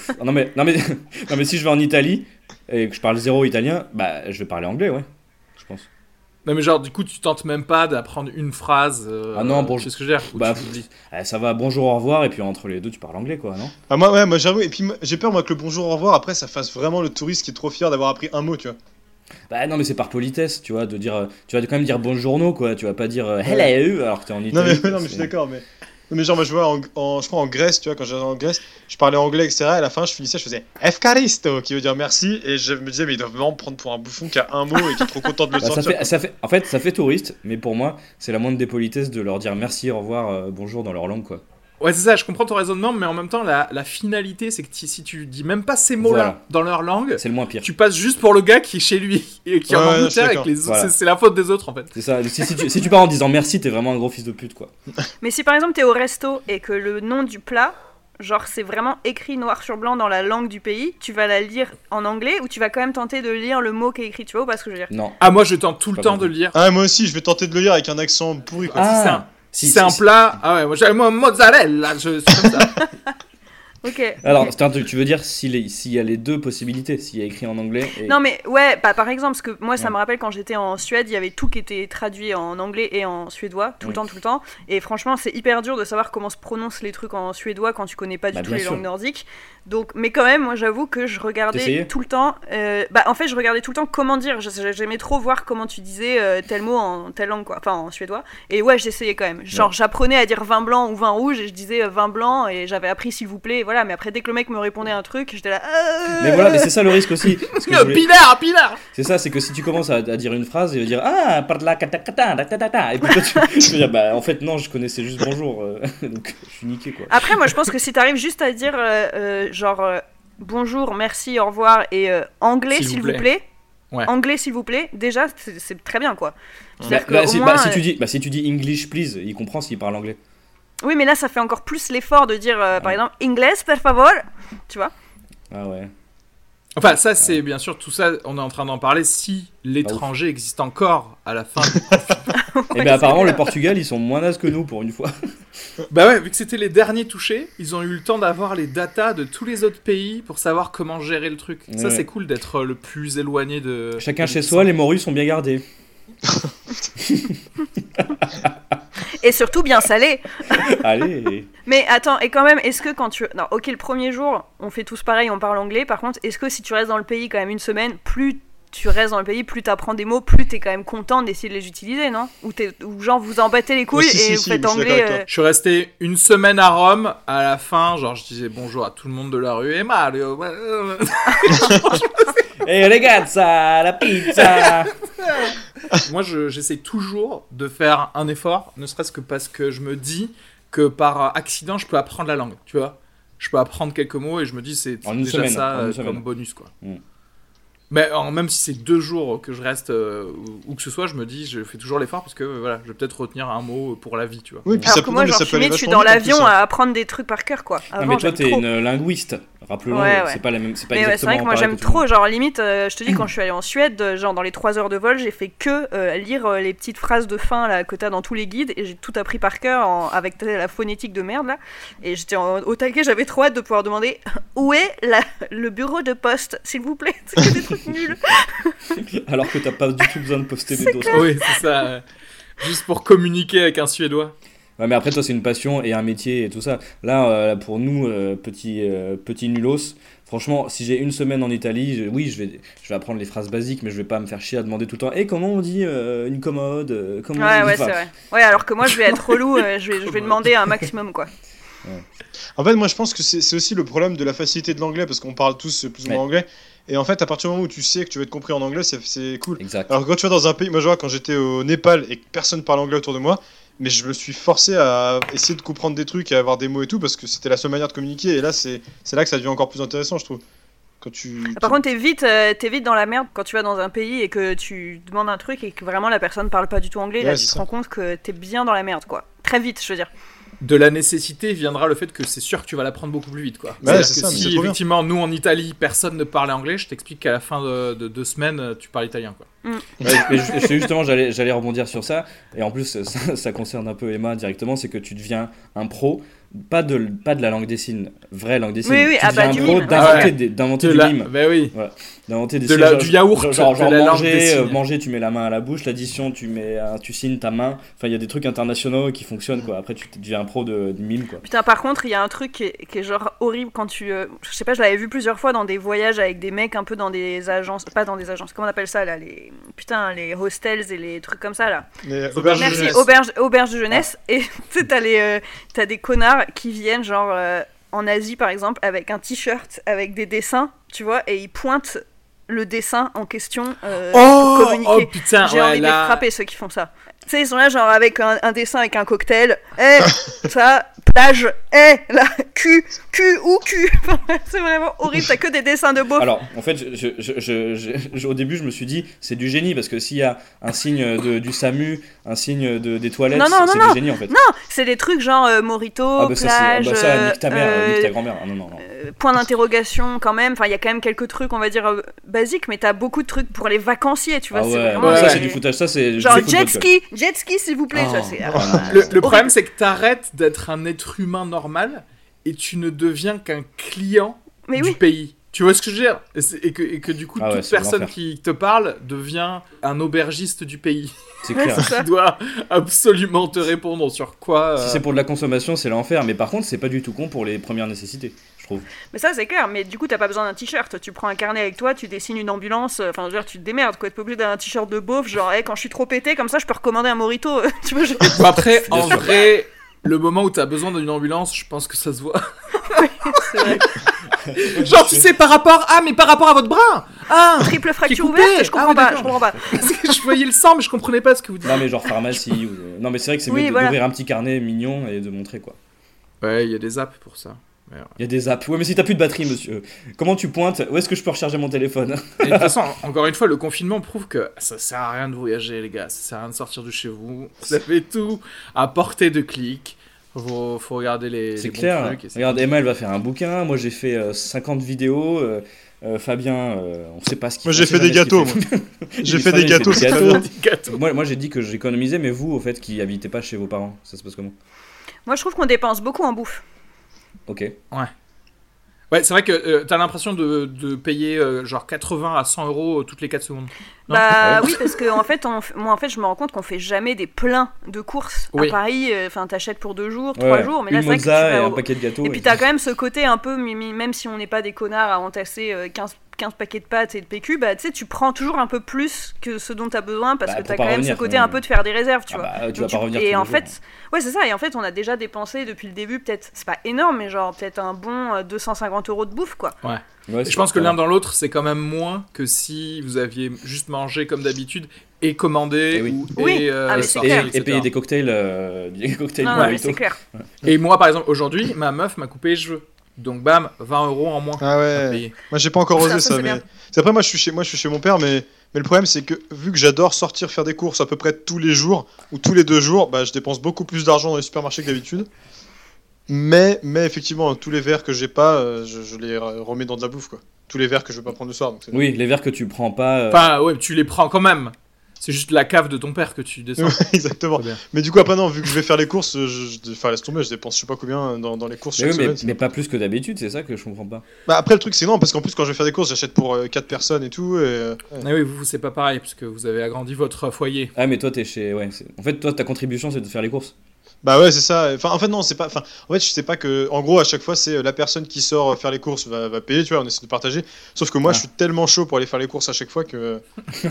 mais si je vais en Italie et que je parle zéro italien, bah je vais parler anglais, ouais, je pense. Non mais genre du coup tu tentes même pas d'apprendre une phrase. Ah non, tu sais ce que je veux dire? Bah ça va, bonjour, au revoir, et puis entre les deux tu parles anglais, quoi, non? Ah moi j'avoue, et puis j'ai peur moi que le bonjour au revoir après ça fasse vraiment le touriste qui est trop fier d'avoir appris un mot, tu vois. Bah non mais c'est par politesse, tu vois, de dire, tu vas quand même dire bonjour, quoi, tu vas pas dire hello alors que t'es en Italie. Non mais je suis d'accord, mais genre moi je vois je crois en Grèce, tu vois, quand j'allais en Grèce, je parlais anglais etc, et à la fin je finissais, je faisais Efkaristo qui veut dire merci, et je me disais mais ils doivent vraiment me prendre pour un bouffon qui a un mot et qui est trop content de le sortir. En fait ça fait touriste, mais pour moi c'est la moindre des politesses de leur dire merci, au revoir, bonjour dans leur langue, quoi. Ouais, c'est ça, je comprends ton raisonnement, mais en même temps, la finalité, c'est que si tu dis même pas ces mots-là dans leur langue, c'est le moins pire. Tu passes juste pour le gars qui est chez lui et qui est en Angleterre avec les autres. Voilà. C'est la faute des autres, en fait. C'est ça, si tu pars en disant merci, t'es vraiment un gros fils de pute, quoi. Mais si par exemple t'es au resto et que le nom du plat, genre c'est vraiment écrit noir sur blanc dans la langue du pays, tu vas la lire en anglais ou tu vas quand même tenter de lire le mot qui est écrit, tu vois, ou pas ce que je veux dire? Non. Ah, moi je tente tout le temps de le lire. Ah, moi aussi, je vais tenter de le lire avec un accent pourri, quoi. Si c'est un plat, ah ouais, moi j'ai mozzarella, je suis comme ça. Ok. Alors, tu veux dire s'il y a les deux possibilités, s'il y a écrit en anglais et... Non mais ouais, par exemple, parce que moi ça me rappelle quand j'étais en Suède, il y avait tout qui était traduit en anglais et en suédois, tout le temps, et franchement c'est hyper dur de savoir comment se prononcent les trucs en suédois quand tu connais pas du tout les langues nordiques. Donc, mais quand même, moi j'avoue que je regardais tout le temps, en fait je regardais tout le temps comment dire, j'aimais trop voir comment tu disais tel mot en telle langue, quoi, enfin en suédois, et ouais j'essayais quand même, genre j'apprenais à dire vin blanc ou vin rouge et je disais vin blanc et j'avais appris s'il vous plaît, voilà, mais après dès que le mec me répondait un truc, j'étais là. Mais voilà, mais c'est ça le risque aussi. Pilar. C'est ça, c'est que si tu commences à dire une phrase, il va dire ah parla kata, et puis toi tu vas dire bah en fait non, je connaissais juste bonjour, donc je suis niqué, quoi. Après moi je pense que si t'arrives juste à dire bonjour, merci, au revoir et anglais s'il vous plaît. Ouais. Anglais s'il vous plaît, déjà c'est très bien, quoi. Si tu dis English please, il comprend s'il parle anglais. Oui, mais là, ça fait encore plus l'effort de dire, par exemple, Inglés, per favor, tu vois. Ah ouais. Enfin, ça, c'est bien sûr, tout ça, on est en train d'en parler si l'étranger existe encore à la fin du confinement. Et bien, apparemment, le Portugal, ils sont moins nazes que nous, pour une fois. Bah ouais, vu que c'était les derniers touchés, ils ont eu le temps d'avoir les datas de tous les autres pays pour savoir comment gérer le truc. Ouais. Ça, c'est cool d'être le plus éloigné de... Chacun chez soi, les morues sont bien gardées. Et surtout bien salé. Allez. Mais attends, et quand même, est-ce que quand tu... Non, ok, le premier jour, on fait tous pareil, on parle anglais. Par contre, est-ce que si tu restes dans le pays quand même une semaine, plus tu restes dans le pays, plus t'apprends des mots, plus t'es quand même content d'essayer de les utiliser, non? Ou genre vous en battez les couilles vous faites anglais. Je suis resté une semaine à Rome, à la fin, genre je disais bonjour à tout le monde de la rue et Mario. Hey ragazza, la pizza. Moi j'essaie toujours de faire un effort, ne serait-ce que parce que je me dis que par accident je peux apprendre la langue, tu vois. Je peux apprendre quelques mots et je me dis c'est déjà semaine, ça comme bonus, quoi. Mais même si c'est 2 jours que je reste où que ce soit, je me dis, je fais toujours l'effort parce que voilà, je vais peut-être retenir un mot pour la vie, tu vois. Oui, puis alors que moi, genre, je suis dans l'avion à apprendre des trucs par cœur, quoi. Avant, mais toi, t'es une linguiste, rappelons-le, c'est pas la même, c'est pas exactement. C'est vrai que moi, j'aime trop, genre, limite, je te dis, quand je suis allée en Suède, genre, dans les 3 heures de vol, j'ai fait que lire les petites phrases de fin là, que t'as dans tous les guides, et j'ai tout appris par cœur avec la phonétique de merde, là. Et j'étais au taquet, j'avais trop hâte de pouvoir demander où est le bureau de poste, s'il vous plaît. C'est que des trucs nuls. Alors que t'as pas du tout besoin de poster des dossiers. Oui, c'est ça. Juste pour communiquer avec un Suédois. Ouais, mais après, toi, c'est une passion et un métier et tout ça. Là, pour nous, petits nulos, franchement, si j'ai une semaine en Italie, je vais apprendre les phrases basiques, mais je vais pas me faire chier à demander tout le temps. Et comment on dit une commode, comment on dit... Ouais, c'est vrai. Ouais, alors que moi, je vais être relou, je vais demander un maximum, quoi. Ouais. En fait, moi, je pense que c'est aussi le problème de la facilité de l'anglais, parce qu'on parle tous plus ou moins anglais. Et en fait, à partir du moment où tu sais que tu vas être compris en anglais, c'est cool. Exact. Alors quand tu vas dans un pays, moi je vois quand j'étais au Népal et que personne parle anglais autour de moi, mais je me suis forcé à essayer de comprendre des trucs et à avoir des mots et tout, parce que c'était la seule manière de communiquer. Et là, c'est là que ça devient encore plus intéressant, je trouve. Par contre, t'es vite dans la merde quand tu vas dans un pays et que tu demandes un truc et que vraiment la personne parle pas du tout anglais. Là, tu te rends compte que t'es bien dans la merde, quoi. Très vite, je veux dire. De la nécessité viendra le fait que c'est sûr que tu vas l'apprendre beaucoup plus vite, quoi. Ouais, c'est ça, si effectivement nous en Italie personne ne parlait anglais, je t'explique qu'à la fin de 2 semaines tu parles italien, quoi. Mais justement, j'allais rebondir sur ça, et en plus ça concerne un peu Emma directement, c'est que tu deviens un pro. Pas de la langue des signes, vraie langue des signes. Oui, tu deviens un pro d'inventer du mime. Bah oui. Ouais. D'inventer du yaourt. Genre manger, tu mets la main à la bouche. L'addition, tu signes ta main. Enfin, il y a des trucs internationaux qui fonctionnent, quoi. Après, tu deviens un pro de mime, quoi. Putain, par contre, il y a un truc qui est genre horrible quand tu. Je sais pas, je l'avais vu plusieurs fois dans des voyages avec des mecs un peu dans des agences. Pas dans des agences, comment on appelle ça là, les hostels et les trucs comme ça là. Les auberges de jeunesse. Auberges de jeunesse. Et tu sais, t'as des connards qui viennent genre en Asie par exemple avec un t-shirt avec des dessins, tu vois, et ils pointent le dessin en question pour communiquer. Oh putain, j'ai envie de les frapper ceux qui font ça. Tu sais, ils sont là genre avec un dessin avec un cocktail, ça, plage, là, cul, c'est vraiment horrible, t'as que des dessins de beauf. Alors, en fait, au début, je me suis dit, c'est du génie, parce que s'il y a un signe du SAMU, un signe des toilettes, c'est du génie, en fait. Non, c'est des trucs genre Morito, plage... ça, nique ta mère, nique ta grand-mère. Non. Point d'interrogation, quand même. Enfin, il y a quand même quelques trucs, on va dire, basiques, mais t'as beaucoup de trucs pour les vacanciers, tu vois. Ah c'est ouais, vraiment ça, c'est du foutage, ça, c'est... Genre jet ski, s'il vous plaît, ça, c'est... Le problème, c'est que t'arrêtes d'être un être humain normal et tu ne deviens qu'un client du pays. Tu vois ce que je veux dire ? Et que du coup, toute personne qui te parle devient un aubergiste du pays. C'est clair. Qui doit absolument te répondre sur quoi. Si c'est pour de la consommation, c'est l'enfer. Mais par contre, c'est pas du tout con pour les premières nécessités, je trouve. Mais ça, c'est clair. Mais du coup, t'as pas besoin d'un t-shirt. Tu prends un carnet avec toi, tu dessines une ambulance. Enfin, je veux dire, tu te démerdes, quoi. T'es pas obligé d'un t-shirt de beauf. Genre, quand je suis trop pété, comme ça, je peux recommander un Morito. Tu vois, après, en vrai, le moment où t'as besoin d'une ambulance, je pense que ça se voit. Oui, c'est vrai. Genre, tu sais, par rapport à votre bras. Triple fracture ouverte, je comprends pas. Parce que je voyais le sang, mais je comprenais pas ce que vous dites. Non, mais genre pharmacie. Non, mais c'est vrai que c'est mieux d'ouvrir un petit carnet mignon et de montrer, quoi. Ouais, il y a des apps pour ça. Il y a des apps. Ouais, mais si t'as plus de batterie, monsieur, comment tu pointes ? Où est-ce que je peux recharger mon téléphone ? De toute façon, encore une fois, le confinement prouve que ça sert à rien de voyager, les gars. Ça sert à rien de sortir de chez vous. Vous avez tout à portée de clic. Faut regarder les c'est bons clair. trucs. Regarde, Emma, elle va faire un bouquin. Moi, j'ai fait 50 vidéos. Fabien, on sait pas ce qu'il fait. Moi, j'ai fait des gâteaux. J'ai fait des gâteaux. Moi, j'ai dit que j'économisais, mais vous, au fait, qui habitez pas chez vos parents, ça se passe comment ? Moi, je trouve qu'on dépense beaucoup en bouffe. Ok. Ouais, c'est vrai que t'as l'impression de payer genre 80 à 100 euros toutes les 4 secondes. Non oui, parce que en fait, moi, je me rends compte qu'on fait jamais des pleins de courses à Paris. Enfin, t'achètes pour 2 jours, 3 jours, mais là, c'est vrai que tu vas un paquet de gâteaux. Et puis t'as quand même ce côté un peu, même si on n'est pas des connards à entasser 15 paquets de pâtes et de PQ, bah tu sais, tu prends toujours un peu plus que ce dont t'as besoin parce que t'as quand même ce côté un peu de faire des réserves, tu vois. Tu vas pas revenir et tous en les fait, jours. ouais, c'est ça. Et en fait, on a déjà dépensé depuis le début, peut-être, c'est pas énorme, mais genre peut-être un bon 250 euros de bouffe, quoi. Ouais, je pense que l'un dans l'autre, c'est quand même moins que si vous aviez juste mangé comme d'habitude et commandé et payer des cocktails. Non, c'est clair. Et moi, par exemple, aujourd'hui, ma meuf m'a coupé les cheveux. Donc bam, 20 euros en moins. Ah ouais. Moi j'ai pas encore osé ça, mais après moi je suis chez mon père, mais le problème c'est que vu que j'adore sortir faire des courses à peu près tous les jours ou tous les 2 jours, bah je dépense beaucoup plus d'argent dans les supermarchés que d'habitude. Mais effectivement tous les verres que j'ai pas, je les remets dans de la bouffe, quoi. Tous les verres que je veux pas prendre le soir. Donc oui, les verres que tu prends pas. Enfin ouais, tu les prends quand même. C'est juste la cave de ton père que tu descends. Ouais, exactement. Mais du coup, après, non, vu que je vais faire les courses, laisse tomber, je dépense je sais pas combien dans les courses chaque semaine. Mais pas plus que d'habitude, c'est ça que je comprends pas. Bah, après, le truc, c'est non, parce qu'en plus, quand je vais faire des courses, j'achète pour 4 personnes et tout. Ah oui, vous, c'est pas pareil, parce que vous avez agrandi votre foyer. Ah, mais toi, t'es chez. Ouais, en fait, toi, ta contribution, c'est de faire les courses. Bah ouais, c'est ça. Enfin, en fait, non, c'est pas. Enfin, en fait, je sais pas que. En gros, à chaque fois, c'est la personne qui sort faire les courses va payer, tu vois, on essaie de partager. Sauf que moi, je suis tellement chaud pour aller faire les courses à chaque fois que.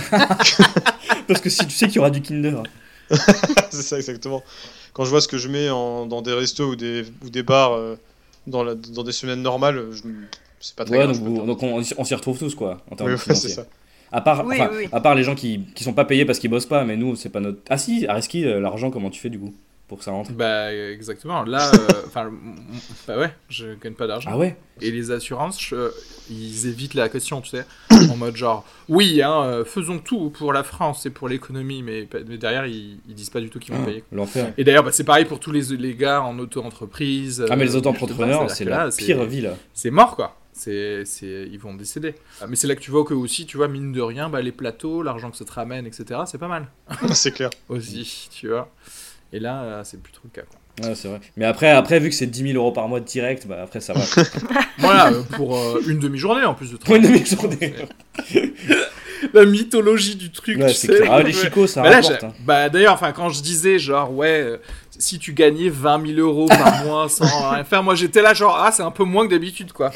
Parce que si tu sais qu'il y aura du Kinder. C'est ça, exactement. Quand je vois ce que je mets dans des restos ou des bars dans des semaines normales, c'est pas très grave. Donc on s'y retrouve tous, quoi, en termes financiers. C'est ça. À part les gens qui sont pas payés parce qu'ils bossent pas, mais nous, c'est pas notre. Ah si, Areski, l'argent, comment tu fais du coup ? pour que ça rentre. Bah exactement. Là, bah ouais, je gagne pas d'argent. Ah ouais. Et les assurances, ils évitent la question, tu sais, en mode genre, oui, faisons tout pour la France et pour l'économie, mais derrière, ils disent pas du tout qu'ils vont payer. L'enfer. Et d'ailleurs, c'est pareil pour tous les gars en auto-entreprise. Ah mais les auto-entrepreneurs, c'est la pire vie là. C'est mort quoi. Ils vont décéder. Mais c'est là que tu vois que aussi, tu vois, mine de rien, les plateaux, l'argent que ça te ramène, etc., c'est pas mal. C'est clair. Aussi, tu vois. Et là, c'est plus trop le cas, quoi. Ouais, c'est vrai. Mais après vu que c'est 10 000 € par mois direct, après ça va. Voilà, pour une demi-journée en plus de Pour une travail. demi-journée. La mythologie du truc, ouais, tu c'est sais. clair. Ah, les chicots, ça là, rapporte. D'ailleurs, quand je disais, genre, si tu gagnais 20 000 € par mois sans rien faire, moi j'étais là, genre, c'est un peu moins que d'habitude, quoi.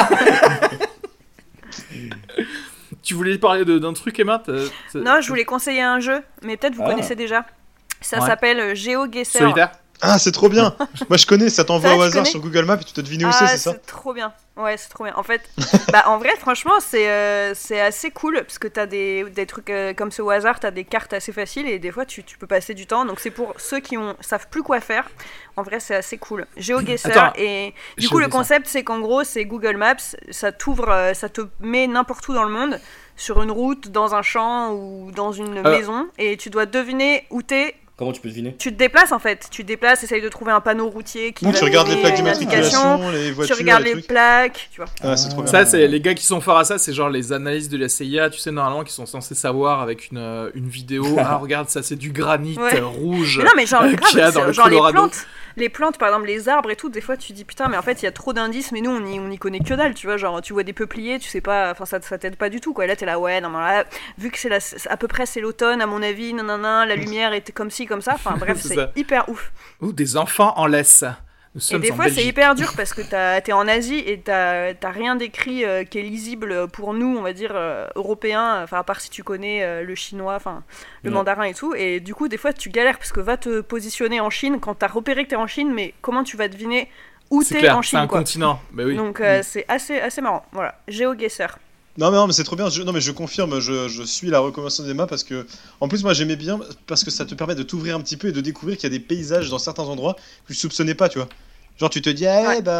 Tu voulais parler d'un truc, Emma Non, je voulais conseiller un jeu, mais peut-être vous connaissez déjà. Ça s'appelle GeoGuessr. Solitaire. Ah, c'est trop bien. Moi, je connais, ça t'envoie Ça, au tu hasard connais sur Google Maps et tu dois deviner où c'est ça? C'est trop bien. Ouais, c'est trop bien. En fait, en vrai, franchement, c'est assez cool parce que t'as des trucs comme ce au hasard, t'as des cartes assez faciles et des fois, tu peux passer du temps. Donc, c'est pour ceux qui savent plus quoi faire. En vrai, c'est assez cool. GeoGuessr. Et du coup, le concept, c'est qu'en gros, c'est Google Maps. Ça t'ouvre, ça te met n'importe où dans le monde, sur une route, dans un champ ou dans une maison. Et tu dois deviner où t'es. Comment tu peux deviner? Tu te déplaces en fait, essaye de trouver un panneau routier qui tu regardes les plaques d'immatriculation, les voitures, tu regardes les plaques, tu vois. Ah, c'est trop bien. Ça, c'est les gars qui sont forts à ça, c'est genre les analystes de la CIA, tu sais, normalement, qui sont censés savoir avec une vidéo. Regarde, ça, c'est du granit rouge. Non, mais genre, qu'il y a dans le Colorado. Les plantes, par exemple, les arbres et tout, des fois, tu dis putain, mais en fait, il y a trop d'indices, mais nous, on y connaît que dalle, tu vois. Genre, tu vois des peupliers, tu sais pas, enfin, ça t'aide pas du tout, quoi. Et là, t'es là, ouais, non, mais là, vu que à peu près c'est l'automne, à mon avis, nanana, la lumière était comme ci, comme ça. Enfin, bref, c'est hyper ouf. Ou des enfants en laisse. Et des fois, c'est hyper dur parce que t'es en Asie et t'as rien d'écrit qui est lisible pour nous, on va dire, européens, enfin, à part si tu connais le chinois, enfin, le mandarin et tout. Et du coup, des fois, tu galères parce que va te positionner en Chine quand t'as repéré que t'es en Chine, mais comment tu vas deviner où t'es en Chine, c'est un quoi. continent. Bah oui. Donc, c'est assez marrant. Voilà, GeoGuessr. Non, mais c'est trop bien. Non, mais je confirme, je suis la recommandation d'Emma parce que, en plus, moi j'aimais bien parce que ça te permet de t'ouvrir un petit peu et de découvrir qu'il y a des paysages dans certains endroits que tu soupçonnais pas, tu vois. Genre, tu te dis,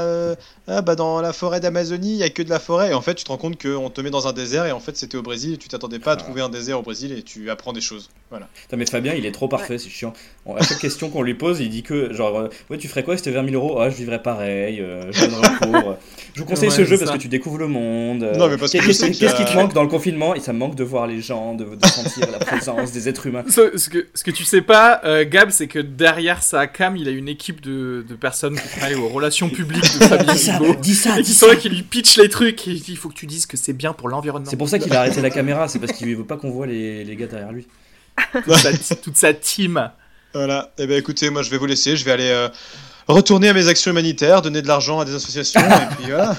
dans la forêt d'Amazonie, il y a que de la forêt. Et en fait, tu te rends compte qu'on te met dans un désert et en fait, c'était au Brésil et tu t'attendais pas à trouver un désert au Brésil et tu apprends des choses. Voilà. Putain, mais Fabien, il est trop parfait, c'est chiant. À chaque question qu'on lui pose, il dit que, genre, ouais, tu ferais quoi si c'était 20 000 €? Ah, je vivrais pareil, je donnerais un cours. Je vous conseille ce jeu parce que tu découvres le monde. Non, mais parce que qu'est-ce qui te manque dans le confinement? Et ça me manque de voir les gens, de sentir la présence des êtres humains. Ce que tu sais pas, Gab, c'est que derrière sa cam, il a une équipe de personnes qui travaillent aux relations publiques de Fabien Hugo. Dis ça, et qui sont là, qui lui pitchent les trucs. Et il faut que tu dises que c'est bien pour l'environnement. C'est pour ça qu'il a arrêté la caméra, c'est parce qu'il veut pas qu'on voit les gars derrière lui. toute sa team. Voilà. Et ben écoutez, moi je vais vous laisser. Je vais aller retourner à mes actions humanitaires, donner de l'argent à des associations et puis voilà.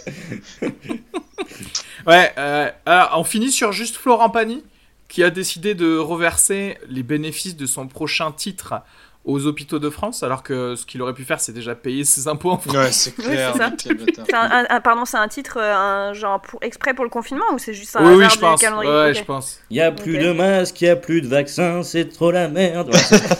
Ouais. Alors, on finit sur juste Florent Pagny qui a décidé de reverser les bénéfices de son prochain titre aux hôpitaux de France, alors que ce qu'il aurait pu faire, c'est déjà payer ses impôts en France. Ouais, c'est clair. Oui, c'est un titre genre exprès pour le confinement ou c'est juste un oui, hasard je pense. du calendrier? Ouais, Okay. je pense. Il y a plus de masques, il y a plus de vaccins, c'est trop la merde.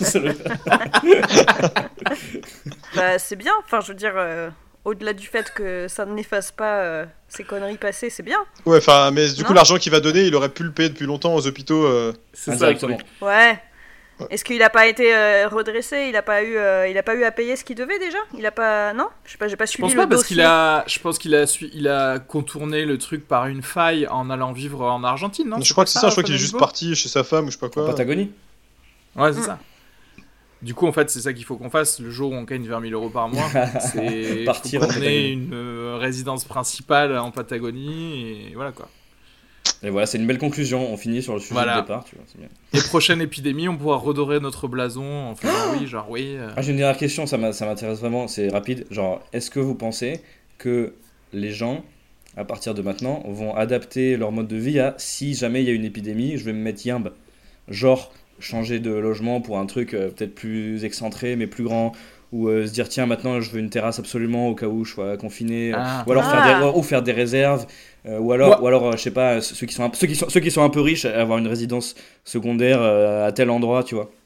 Bah, c'est bien, enfin je veux dire, au-delà du fait que ça n'efface pas ces conneries passées, c'est bien. Ouais, enfin, mais du coup, l'argent qu'il va donner, il aurait pu le payer depuis longtemps aux hôpitaux. C'est ça, directement. Ouais. Est-ce qu'il a pas été redressé? Il a pas eu à payer ce qu'il devait déjà? Il a pas, non? Je sais pas, j'ai pas suivi le dossier. Je pense qu'il a contourné le truc par une faille en allant vivre en Argentine, non? Je crois que c'est ça. Je crois qu'il est juste parti chez sa femme ou je sais pas quoi. En Patagonie. Ouais, c'est ça. Du coup, en fait, c'est ça qu'il faut qu'on fasse. Le jour où on gagne 20 000 € par mois, c'est partir en Patagonie. une résidence principale en Patagonie et voilà quoi. Et voilà, c'est une belle conclusion. On finit sur le sujet de départ, tu vois, c'est bien. Et prochaine épidémie, on pourra redorer notre blason en faisant oui. Ah, j'ai une dernière question, ça m'intéresse vraiment, c'est rapide. Genre, est-ce que vous pensez que les gens, à partir de maintenant, vont adapter leur mode de vie à si jamais il y a une épidémie, je vais me mettre yimbe. Genre, changer de logement pour un truc peut-être plus excentré, mais plus grand. Ou se dire tiens maintenant je veux une terrasse absolument au cas où je sois confiné, ou alors faire des réserves, ou alors je sais pas, ceux qui sont un peu riches avoir une résidence secondaire à tel endroit, tu vois.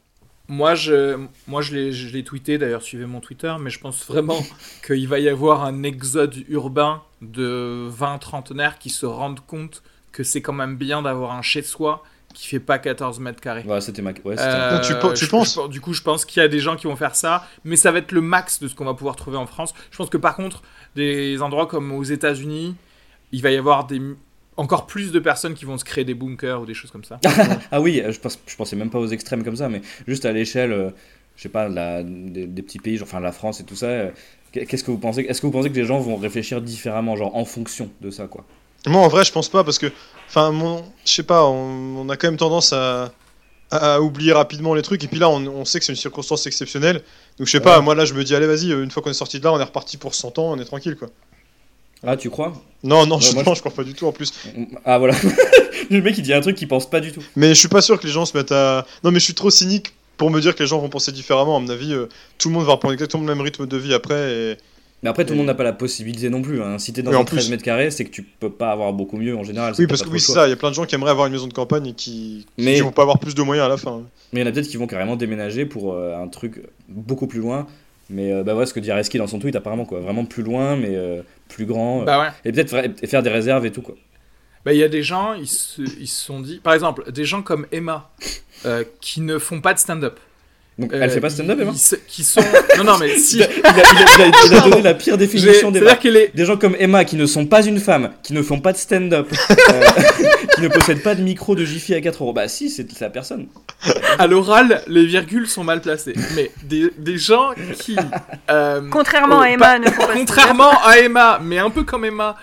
Moi, je l'ai tweeté, d'ailleurs, suivez mon Twitter, mais je pense vraiment qu'il va y avoir un exode urbain de 20 trentenaires qui se rendent compte que c'est quand même bien d'avoir un chez-soi qui fait pas 14 mètres carrés. Ouais, c'était Tu penses Du coup, je pense qu'il y a des gens qui vont faire ça, mais ça va être le max de ce qu'on va pouvoir trouver en France. Je pense que par contre, des endroits comme aux États-Unis, il va y avoir encore plus de personnes qui vont se créer des bunkers ou des choses comme ça. Ah oui, je pensais même pas aux extrêmes comme ça, mais juste à l'échelle, je sais pas, des petits pays, genre, enfin la France et tout ça. Qu'est-ce que vous pensez ? Est-ce que vous pensez que les gens vont réfléchir différemment, genre en fonction de ça, quoi ? Moi, en vrai, je pense pas, parce que, enfin, je sais pas, on a quand même tendance à oublier rapidement les trucs, et puis là, on sait que c'est une circonstance exceptionnelle. Donc, je sais pas, moi là, je me dis, allez, vas-y, une fois qu'on est sorti de là, on est reparti pour 100 ans, on est tranquille, quoi. Ah, tu crois ? Non, je crois pas du tout en plus. Ah, voilà. Le mec, il dit un truc qu'il pense pas du tout. Mais je suis pas sûr que les gens se mettent à. Non, mais je suis trop cynique pour me dire que les gens vont penser différemment. À mon avis, tout le monde va reprendre exactement le même rythme de vie après. Mais après, tout le monde n'a pas la possibilité non plus. Hein. Si t'es dans un 13 mètres carrés, c'est que tu peux pas avoir beaucoup mieux en général. Oui, parce que c'est ça. Il y a plein de gens qui aimeraient avoir une maison de campagne et qui vont pas avoir plus de moyens à la fin. Mais il y en a peut-être qui vont carrément déménager pour un truc beaucoup plus loin. Mais bah ouais, ce que dit Areski dans son tweet, apparemment, quoi. Vraiment plus loin, mais plus grand. Bah ouais. Et peut-être faire des réserves et tout, quoi. Bah, il y a des gens, ils se sont dit... Par exemple, des gens comme Emma, qui ne font pas de stand-up. Donc, elle fait pas stand-up, Emma ? Qui sont... Non, mais si... il a donné la pire définition d'Emma. C'est-à-dire qu'elle est... Des gens comme Emma, qui ne sont pas une femme, qui ne font pas de stand-up, qui ne possèdent pas de micro de Jiffy à 4€. Bah si, c'est la personne. À l'oral, les virgules sont mal placées. Mais des gens qui... contrairement à Emma, ne font pas contrairement à Emma, mais un peu comme Emma,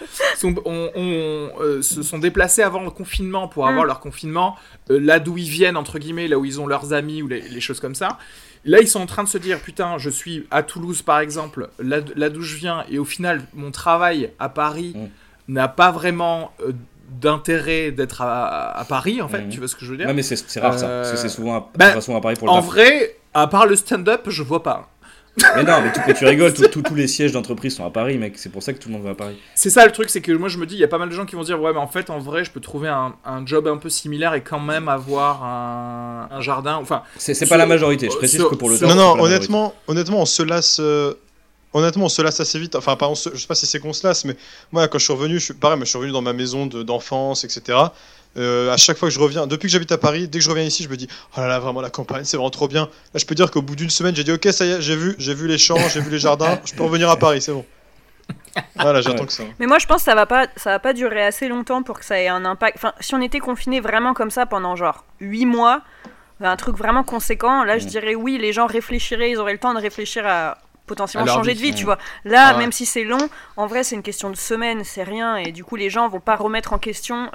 se sont déplacés avant le confinement pour avoir leur confinement, là d'où ils viennent, entre guillemets, là où ils ont leurs amis ou les choses comme ça. Là, ils sont en train de se dire, putain, je suis à Toulouse, par exemple, là d'où je viens, et au final, mon travail à Paris n'a pas vraiment d'intérêt d'être à Paris, en fait, tu vois ce que je veux dire ? Ouais, mais c'est rare, ça, parce que c'est souvent à Paris pour le en taf. vrai, à part le stand-up, je vois pas. Mais non, mais tu rigoles, tous les sièges d'entreprise sont à Paris, mec, c'est pour ça que tout le monde va à Paris. C'est ça le truc, c'est que moi je me dis, il y a pas mal de gens qui vont dire, ouais, mais en fait, en vrai, je peux trouver un job un peu similaire et quand même avoir un jardin, enfin... C'est pas la majorité, je précise que pour le temps... Non, honnêtement, on se lasse... Honnêtement, on se lasse assez vite. Enfin, je sais pas si c'est qu'on se lasse, mais moi, quand je suis revenu, je suis revenu dans ma maison d'enfance, etc. À chaque fois que je reviens, depuis que j'habite à Paris, dès que je reviens ici, je me dis, oh là là, vraiment la campagne, c'est vraiment trop bien. Là, je peux dire qu'au bout d'une semaine, j'ai dit, ok, ça y est, j'ai vu les champs, j'ai vu les jardins, je peux revenir à Paris, c'est bon. Voilà, j'attends que ça. Mais moi, je pense que ça va pas durer assez longtemps pour que ça ait un impact. Enfin, si on était confiné vraiment comme ça pendant genre 8 mois, un truc vraiment conséquent, là, je dirais oui, les gens réfléchiraient, ils auraient le temps de réfléchir à potentiellement changer de vie, tu vois. Là, même si c'est long, en vrai, c'est une question de semaines, c'est rien, et du coup, les gens vont pas remettre en question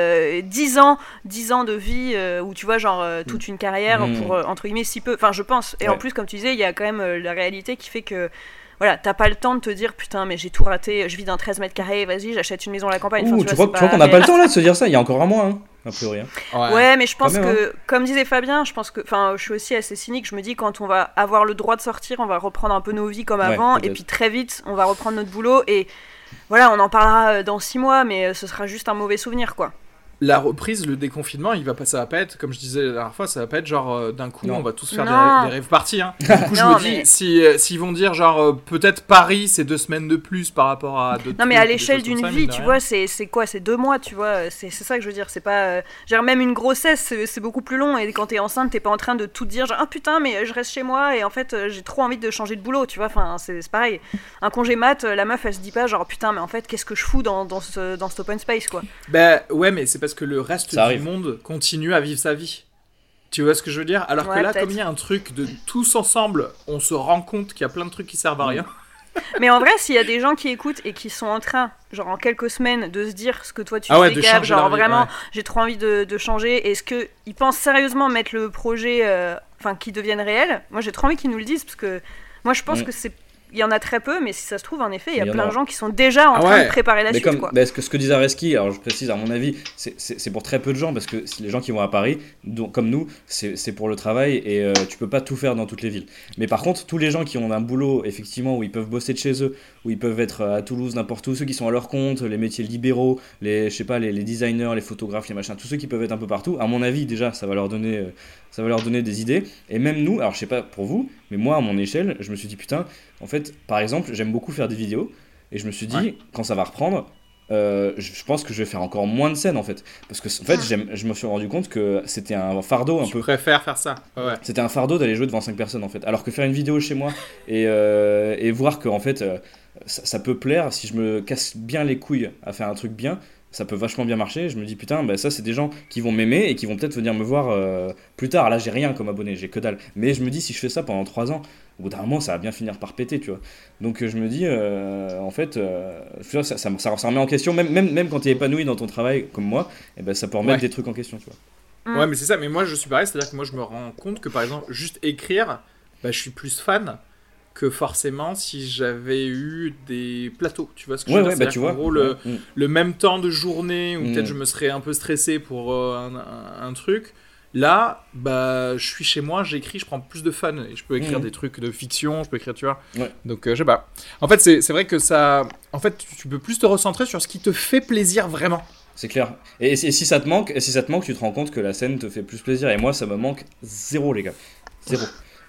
10 ans de vie, ou tu vois, genre, toute une carrière pour, entre guillemets, si peu. Enfin, je pense. Et en plus, comme tu disais, il y a quand même la réalité qui fait que, voilà, t'as pas le temps de te dire, putain, mais j'ai tout raté, je vis dans 13 mètres carrés, vas-y, j'achète une maison à la campagne. Ouh, tu crois qu'on n'a pas le temps, là, de se dire ça ? Il y a encore un mois, hein. A priori. Ouais, mais je pense que, comme disait Fabien, je suis aussi assez cynique. Je me dis, quand on va avoir le droit de sortir, on va reprendre un peu nos vies comme avant, et puis très vite, on va reprendre notre boulot, et voilà, on en parlera dans 6 mois, mais ce sera juste un mauvais souvenir, quoi. La reprise, le déconfinement, ça va pas être, comme je disais la dernière fois, ça va pas être genre d'un coup, on va tous faire des rêves parties. Hein. Du coup, je me dis, s'ils vont dire genre peut-être Paris, c'est 2 semaines de plus par rapport à d'autres. Non, mais à l'échelle d'une vie, tu vois, c'est quoi ? C'est 2 mois, tu vois, c'est ça que je veux dire. C'est pas. Genre, même une grossesse, c'est beaucoup plus long, et quand t'es enceinte, t'es pas en train de tout dire, genre, ah putain, mais je reste chez moi, et en fait, j'ai trop envie de changer de boulot, tu vois, enfin, c'est pareil. Un congé mat, la meuf, elle se dit pas, genre, putain, mais en fait, qu'est-ce que je fous dans cet open space, quoi. Bah, ouais, mais c'est parce que le reste du monde continue à vivre sa vie. Tu vois ce que je veux dire ? Alors que là, comme il y a un truc de tous ensemble, on se rend compte qu'il y a plein de trucs qui servent à rien. Mais en vrai, s'il y a des gens qui écoutent et qui sont en train, genre en quelques semaines, de se dire ce que toi tu fais, Gab, genre vraiment, j'ai trop envie de changer, est-ce qu'ils pensent sérieusement mettre le projet, qui devienne réel ? Moi, j'ai trop envie qu'ils nous le disent, parce que moi, je pense que il y en a très peu, mais si ça se trouve, en effet, il y a plein de gens qui sont déjà en train de préparer la suite. Quoi. Ce que disait Areski, alors je précise, à mon avis, c'est pour très peu de gens, parce que les gens qui vont à Paris, comme nous, c'est pour le travail, et tu peux pas tout faire dans toutes les villes. Mais par contre, tous les gens qui ont un boulot, effectivement, où ils peuvent bosser de chez eux, où ils peuvent être à Toulouse, n'importe où, ceux qui sont à leur compte, les métiers libéraux, les designers, les photographes, les machins, tous ceux qui peuvent être un peu partout, à mon avis, déjà, ça va leur donner ça va leur donner des idées. Et même nous, alors je sais pas pour vous, mais moi à mon échelle, je me suis dit putain, en fait, par exemple, j'aime beaucoup faire des vidéos, et je me suis dit, quand ça va reprendre, je pense que je vais faire encore moins de scènes en fait, parce que en fait je me suis rendu compte que c'était un fardeau un peu. Je préfère faire ça. Ouais. C'était un fardeau d'aller jouer devant 5 personnes en fait, alors que faire une vidéo chez moi et voir que en fait ça peut plaire si je me casse bien les couilles à faire un truc bien. Ça peut vachement bien marcher. Je me dis putain, bah ça c'est des gens qui vont m'aimer et qui vont peut-être venir me voir plus tard. Là j'ai rien comme abonné, j'ai que dalle. Mais je me dis si je fais ça pendant 3 ans, au bout d'un moment ça va bien finir par péter, tu vois. Donc je me dis en fait ça remet en question, même quand tu es épanoui dans ton travail comme moi, et ben ça peut remettre des trucs en question, tu vois. Ouais, mais c'est ça. Mais moi je suis pareil, c'est-à-dire que moi je me rends compte que par exemple juste écrire, bah, je suis plus fan que forcément si j'avais eu des plateaux, tu vois ce que je veux dire, bah, tu vois, en gros le même temps de journée où peut-être je me serais un peu stressé pour un truc, là bah je suis chez moi, j'écris, je prends plus de fun et je peux écrire des trucs de fiction, je peux écrire, tu vois, donc je sais pas, en fait c'est vrai que ça, en fait tu peux plus te recentrer sur ce qui te fait plaisir vraiment. C'est clair. Et si ça te manque, tu te rends compte que la scène te fait plus plaisir. Et moi, ça me manque zéro, les gars. Zéro.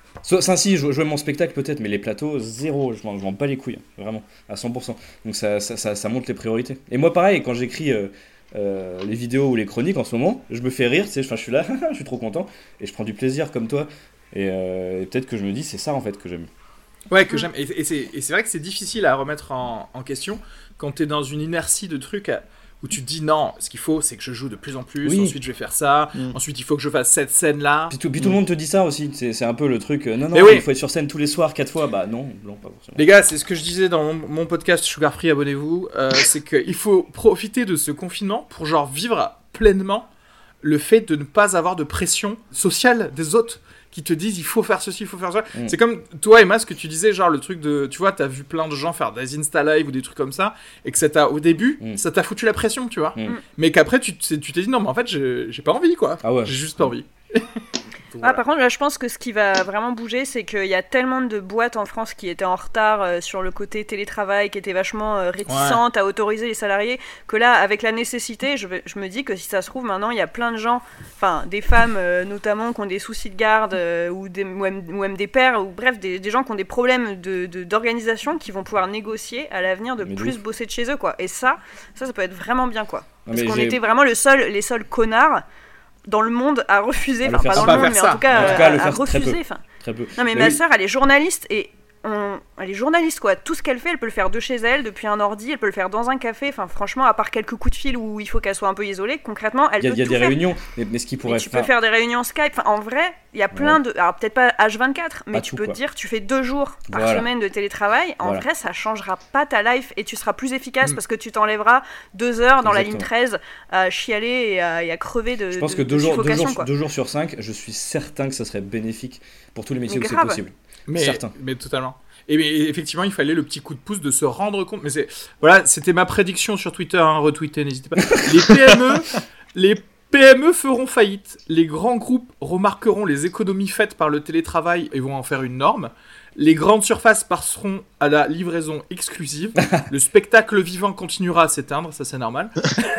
Si, jouer mon spectacle peut-être, mais les plateaux, zéro. Je m'en bats les couilles, vraiment, à 100%. Donc ça monte les priorités. Et moi, pareil, quand j'écris les vidéos ou les chroniques en ce moment, je me fais rire, tu sais, je suis là, je suis trop content. Et je prends du plaisir comme toi. Et peut-être que je me dis, c'est ça en fait que j'aime. Ouais, que j'aime. Et c'est vrai que c'est difficile à remettre en question quand t'es dans une inertie de trucs où tu te dis non, ce qu'il faut c'est que je joue de plus en plus, ensuite je vais faire ça, ensuite il faut que je fasse cette scène là. Puis tout le monde te dit ça aussi, c'est un peu le truc, non, il faut être sur scène tous les soirs 4 fois, bah non, pas forcément. Les gars, c'est ce que je disais dans mon podcast Sugar Free, abonnez-vous, c'est qu'il faut profiter de ce confinement pour genre vivre pleinement le fait de ne pas avoir de pression sociale des autres qui te disent il faut faire ceci, il faut faire ça. C'est comme toi Emma, ce que tu disais, genre le truc de, tu vois, t'as vu plein de gens faire des Insta Live ou des trucs comme ça, et que ça t'a, au début, ça t'a foutu la pression, tu vois. Mais qu'après, tu t'es dit non, mais en fait, j'ai pas envie, quoi. Ah ouais. J'ai juste pas envie. Voilà. Par contre, là, je pense que ce qui va vraiment bouger, c'est qu'il y a tellement de boîtes en France qui étaient en retard sur le côté télétravail, qui étaient vachement réticentes à autoriser les salariés, que là, avec la nécessité, je me dis que si ça se trouve, maintenant, il y a plein de gens, enfin, des femmes notamment, qui ont des soucis de garde, ou même des pères, ou bref, des gens qui ont des problèmes d'organisation, qui vont pouvoir négocier à l'avenir de plus bosser de chez eux, quoi. Et ça peut être vraiment bien, quoi. Parce qu'on était vraiment les seuls connards dans le monde à refuser, enfin pas dans le monde, mais en tout cas à refuser. Très peu. Non mais ma sœur, elle est journaliste et elle est journaliste quoi. Tout ce qu'elle fait, elle peut le faire de chez elle, depuis un ordi, elle peut le faire dans un café. Enfin franchement, à part quelques coups de fil où il faut qu'elle soit un peu isolée, concrètement, elle peut tout faire. Il y a des réunions, mais ce qui pourrait tu peux faire des réunions Skype. Enfin, en vrai, il y a plein de, alors peut-être pas H24, mais tu peux te dire, tu fais 2 jours par semaine de télétravail. En vrai, ça changera pas ta life et tu seras plus efficace parce que tu t'enlèveras 2 heures dans la ligne 13 à chialer et à crever de. Je pense que 2 jours sur 5, je suis certain que ça serait bénéfique pour tous les métiers où c'est possible. Mais totalement. Et mais effectivement, il fallait le petit coup de pouce de se rendre compte. Mais voilà, c'était ma prédiction sur Twitter. Retweetez, n'hésitez pas. Les PME feront faillite. Les grands groupes remarqueront les économies faites par le télétravail et vont en faire une norme. Les grandes surfaces passeront à la livraison exclusive. Le spectacle vivant continuera à s'éteindre, ça c'est normal.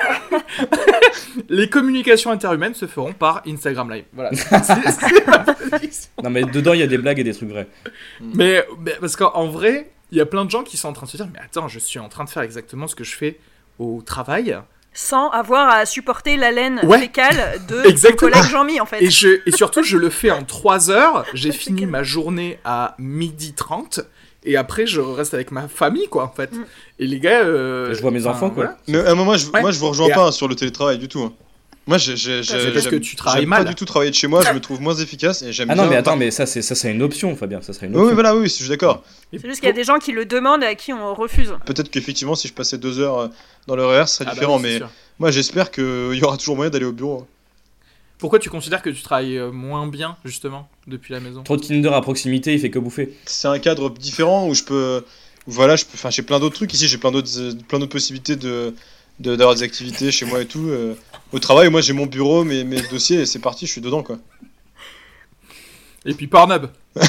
Les communications interhumaines se feront par Instagram Live. Voilà. Non mais dedans il y a des blagues et des trucs vrais. Mais parce qu'en vrai, il y a plein de gens qui sont en train de se dire mais attends, je suis en train de faire exactement ce que je fais au travail. Sans avoir à supporter l'haleine fécale de mon collègue Jean-Mi en fait. Et surtout, je le fais en 3 heures. J'ai fini ma journée à 12h30. Et après, je reste avec ma famille, quoi, en fait. Et les gars... je vois mes enfants, quoi. Voilà. Mais à un moment, moi, je vous rejoins pas sur le télétravail du tout. Hein. Moi, c'est parce que tu travailles mal. Pas du tout travailler de chez moi, je me trouve moins efficace et j'aime bien. Ah non, mais attends, mais ça c'est une option, Fabien, ça serait une option. Oui, voilà, oui, je suis d'accord. C'est juste qu'il y a des gens qui le demandent et à qui on refuse. Peut-être qu'effectivement, si je passais 2 heures dans le RER, ce serait différent, mais moi, j'espère qu'il y aura toujours moyen d'aller au bureau. Pourquoi tu considères que tu travailles moins bien, justement, depuis la maison ? Trop de Tinder à proximité, il fait que bouffer. C'est un cadre différent où je peux... Voilà, j'ai plein d'autres trucs. Ici, j'ai plein d'autres possibilités d'avoir des activités chez moi et tout. Au travail, moi, j'ai mon bureau, mes dossiers, et c'est parti, je suis dedans, quoi. Et puis Pornhub.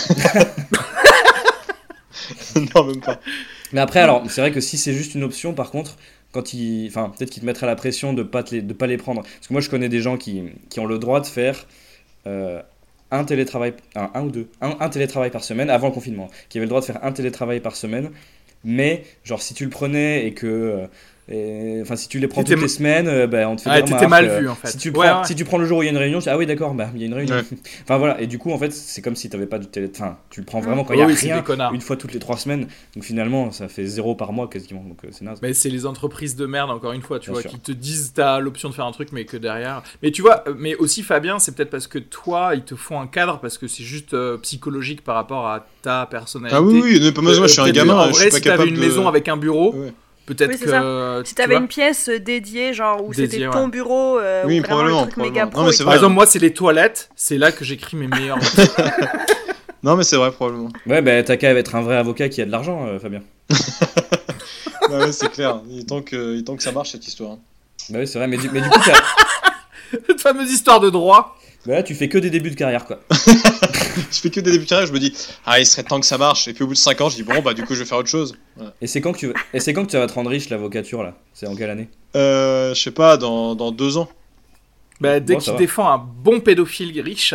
Non, même pas. Mais après, alors, c'est vrai que si c'est juste une option, par contre... peut-être qu'il te mettrait la pression de pas les prendre. Parce que moi, je connais des gens qui ont le droit de faire un télétravail par semaine avant le confinement, qui avait le droit de faire un télétravail par semaine, mais genre si tu le prenais et que enfin si tu les prends toutes les semaines, on te fait des remarques. T'étais mal vu en fait. Si tu prends le jour où il y a une réunion, tu dis, ah oui d'accord, il y a une réunion. Enfin voilà, et du coup en fait c'est comme si t'avais pas de enfin tu le prends vraiment quand il y a rien, une fois toutes les 3 semaines, donc finalement ça fait 0 par mois quasiment, donc c'est naze. Mais c'est les entreprises de merde encore une fois, tu vois, sûr. qui te disent t'as l'option de faire un truc mais que derrière. Mais tu vois, mais aussi Fabien, c'est peut-être parce que toi ils te font un cadre parce que c'est juste psychologique par rapport à ta personnalité. Ah oui, mais moi je suis un gamin, en vrai, je suis pas si t'avais capable une maison avec un bureau. Ouais. Peut-être que si t'avais une pièce dédiée, genre où c'était ton bureau, oui, ou vraiment un truc méga pro. Non, par exemple, moi, c'est les toilettes. C'est là que j'écris mes meilleurs. Non, mais c'est vrai, probablement. Ouais, t'as qu'à être un vrai avocat qui a de l'argent, Fabien. Ouais, c'est clair. Il est temps que ça marche cette histoire. Bah oui, c'est vrai, mais du coup, cette fameuse histoire de droit. Bah là, tu fais que des débuts de carrière, quoi. Je fais que des débuts de carrière, je me dis, il serait temps que ça marche. Et puis au bout de 5 ans, je dis, bon, du coup, je vais faire autre chose. Ouais. Et c'est quand que tu vas te rendre riche, l'avocature, là? C'est en quelle année? Je sais pas, dans 2 ans. Bah, dès qu'il défend un bon pédophile riche.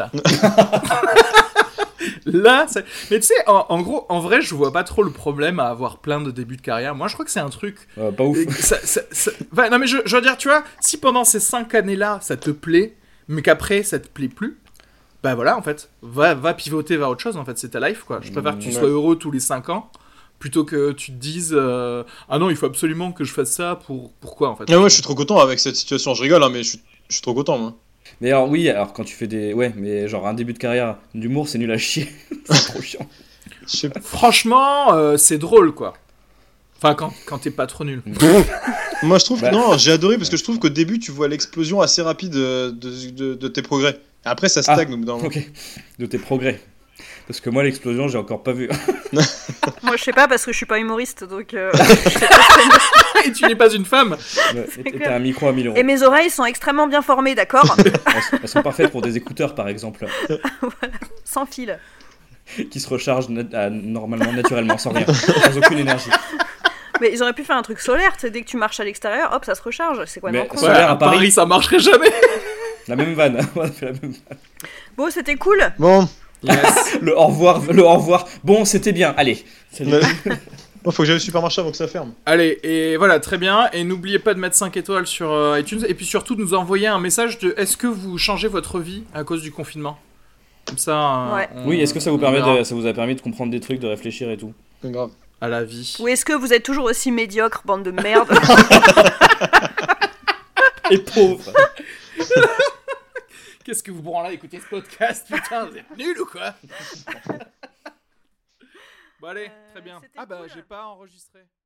Là, mais tu sais, en gros, en vrai, je vois pas trop le problème à avoir plein de débuts de carrière. Moi, je crois que c'est un truc. Pas ouf. Non, mais je veux dire, tu vois, si pendant ces 5 années-là, ça te plaît, mais qu'après, ça te plaît plus, bah voilà, en fait, va pivoter vers autre chose, en fait, c'est ta life, quoi. Je préfère que tu sois heureux tous les 5 ans, plutôt que tu te dises, ah non, il faut absolument que je fasse ça, pourquoi, en fait. Ah ouais, je suis trop content avec cette situation, je rigole, hein, mais je suis trop content, moi. Mais alors quand tu fais des... Ouais, mais genre un début de carrière d'humour, c'est nul à chier. C'est trop chiant. Franchement, c'est drôle, quoi. Enfin, quand t'es pas trop nul. Moi, je trouve que non, j'ai adoré parce que je trouve qu'au début, tu vois l'explosion assez rapide de tes progrès. Après, ça stagne au bout d'un moment. Ok, de tes progrès. Parce que moi, l'explosion, j'ai encore pas vu. Moi, je sais pas parce que je suis pas humoriste, donc. Et tu n'es pas une femme. Et t'as un micro à 1 000 €. Et mes oreilles sont extrêmement bien formées, d'accord. Elles sont parfaites pour des écouteurs, par exemple. Voilà, sans fil. Qui se rechargent normalement, naturellement, sans rien, sans aucune énergie. Mais ils auraient pu faire un truc solaire, tu sais, dès que tu marches à l'extérieur, hop, ça se recharge. C'est quoi, non? Solaire à Paris, ça marcherait jamais. La même vanne. On a fait la même vanne. Bon, c'était cool. Bon. Yes. Le au revoir. Bon, c'était bien. Allez. Bon, faut que j'aille au supermarché avant que ça ferme. Allez, et voilà, très bien. Et n'oubliez pas de mettre 5 étoiles sur iTunes. Et puis surtout, de nous envoyer un message de est-ce que vous changez votre vie à cause du confinement? Comme ça. Ouais. Oui, est-ce que ça vous a permis de comprendre des trucs, de réfléchir et tout? Grave. À la vie. Ou est-ce que vous êtes toujours aussi médiocre, bande de merde? Et pauvre. Qu'est-ce que vous branlez à écouter ce podcast? Putain, vous êtes nuls ou quoi? Bon allez, très bien. Ah bah cool. j'ai pas enregistré.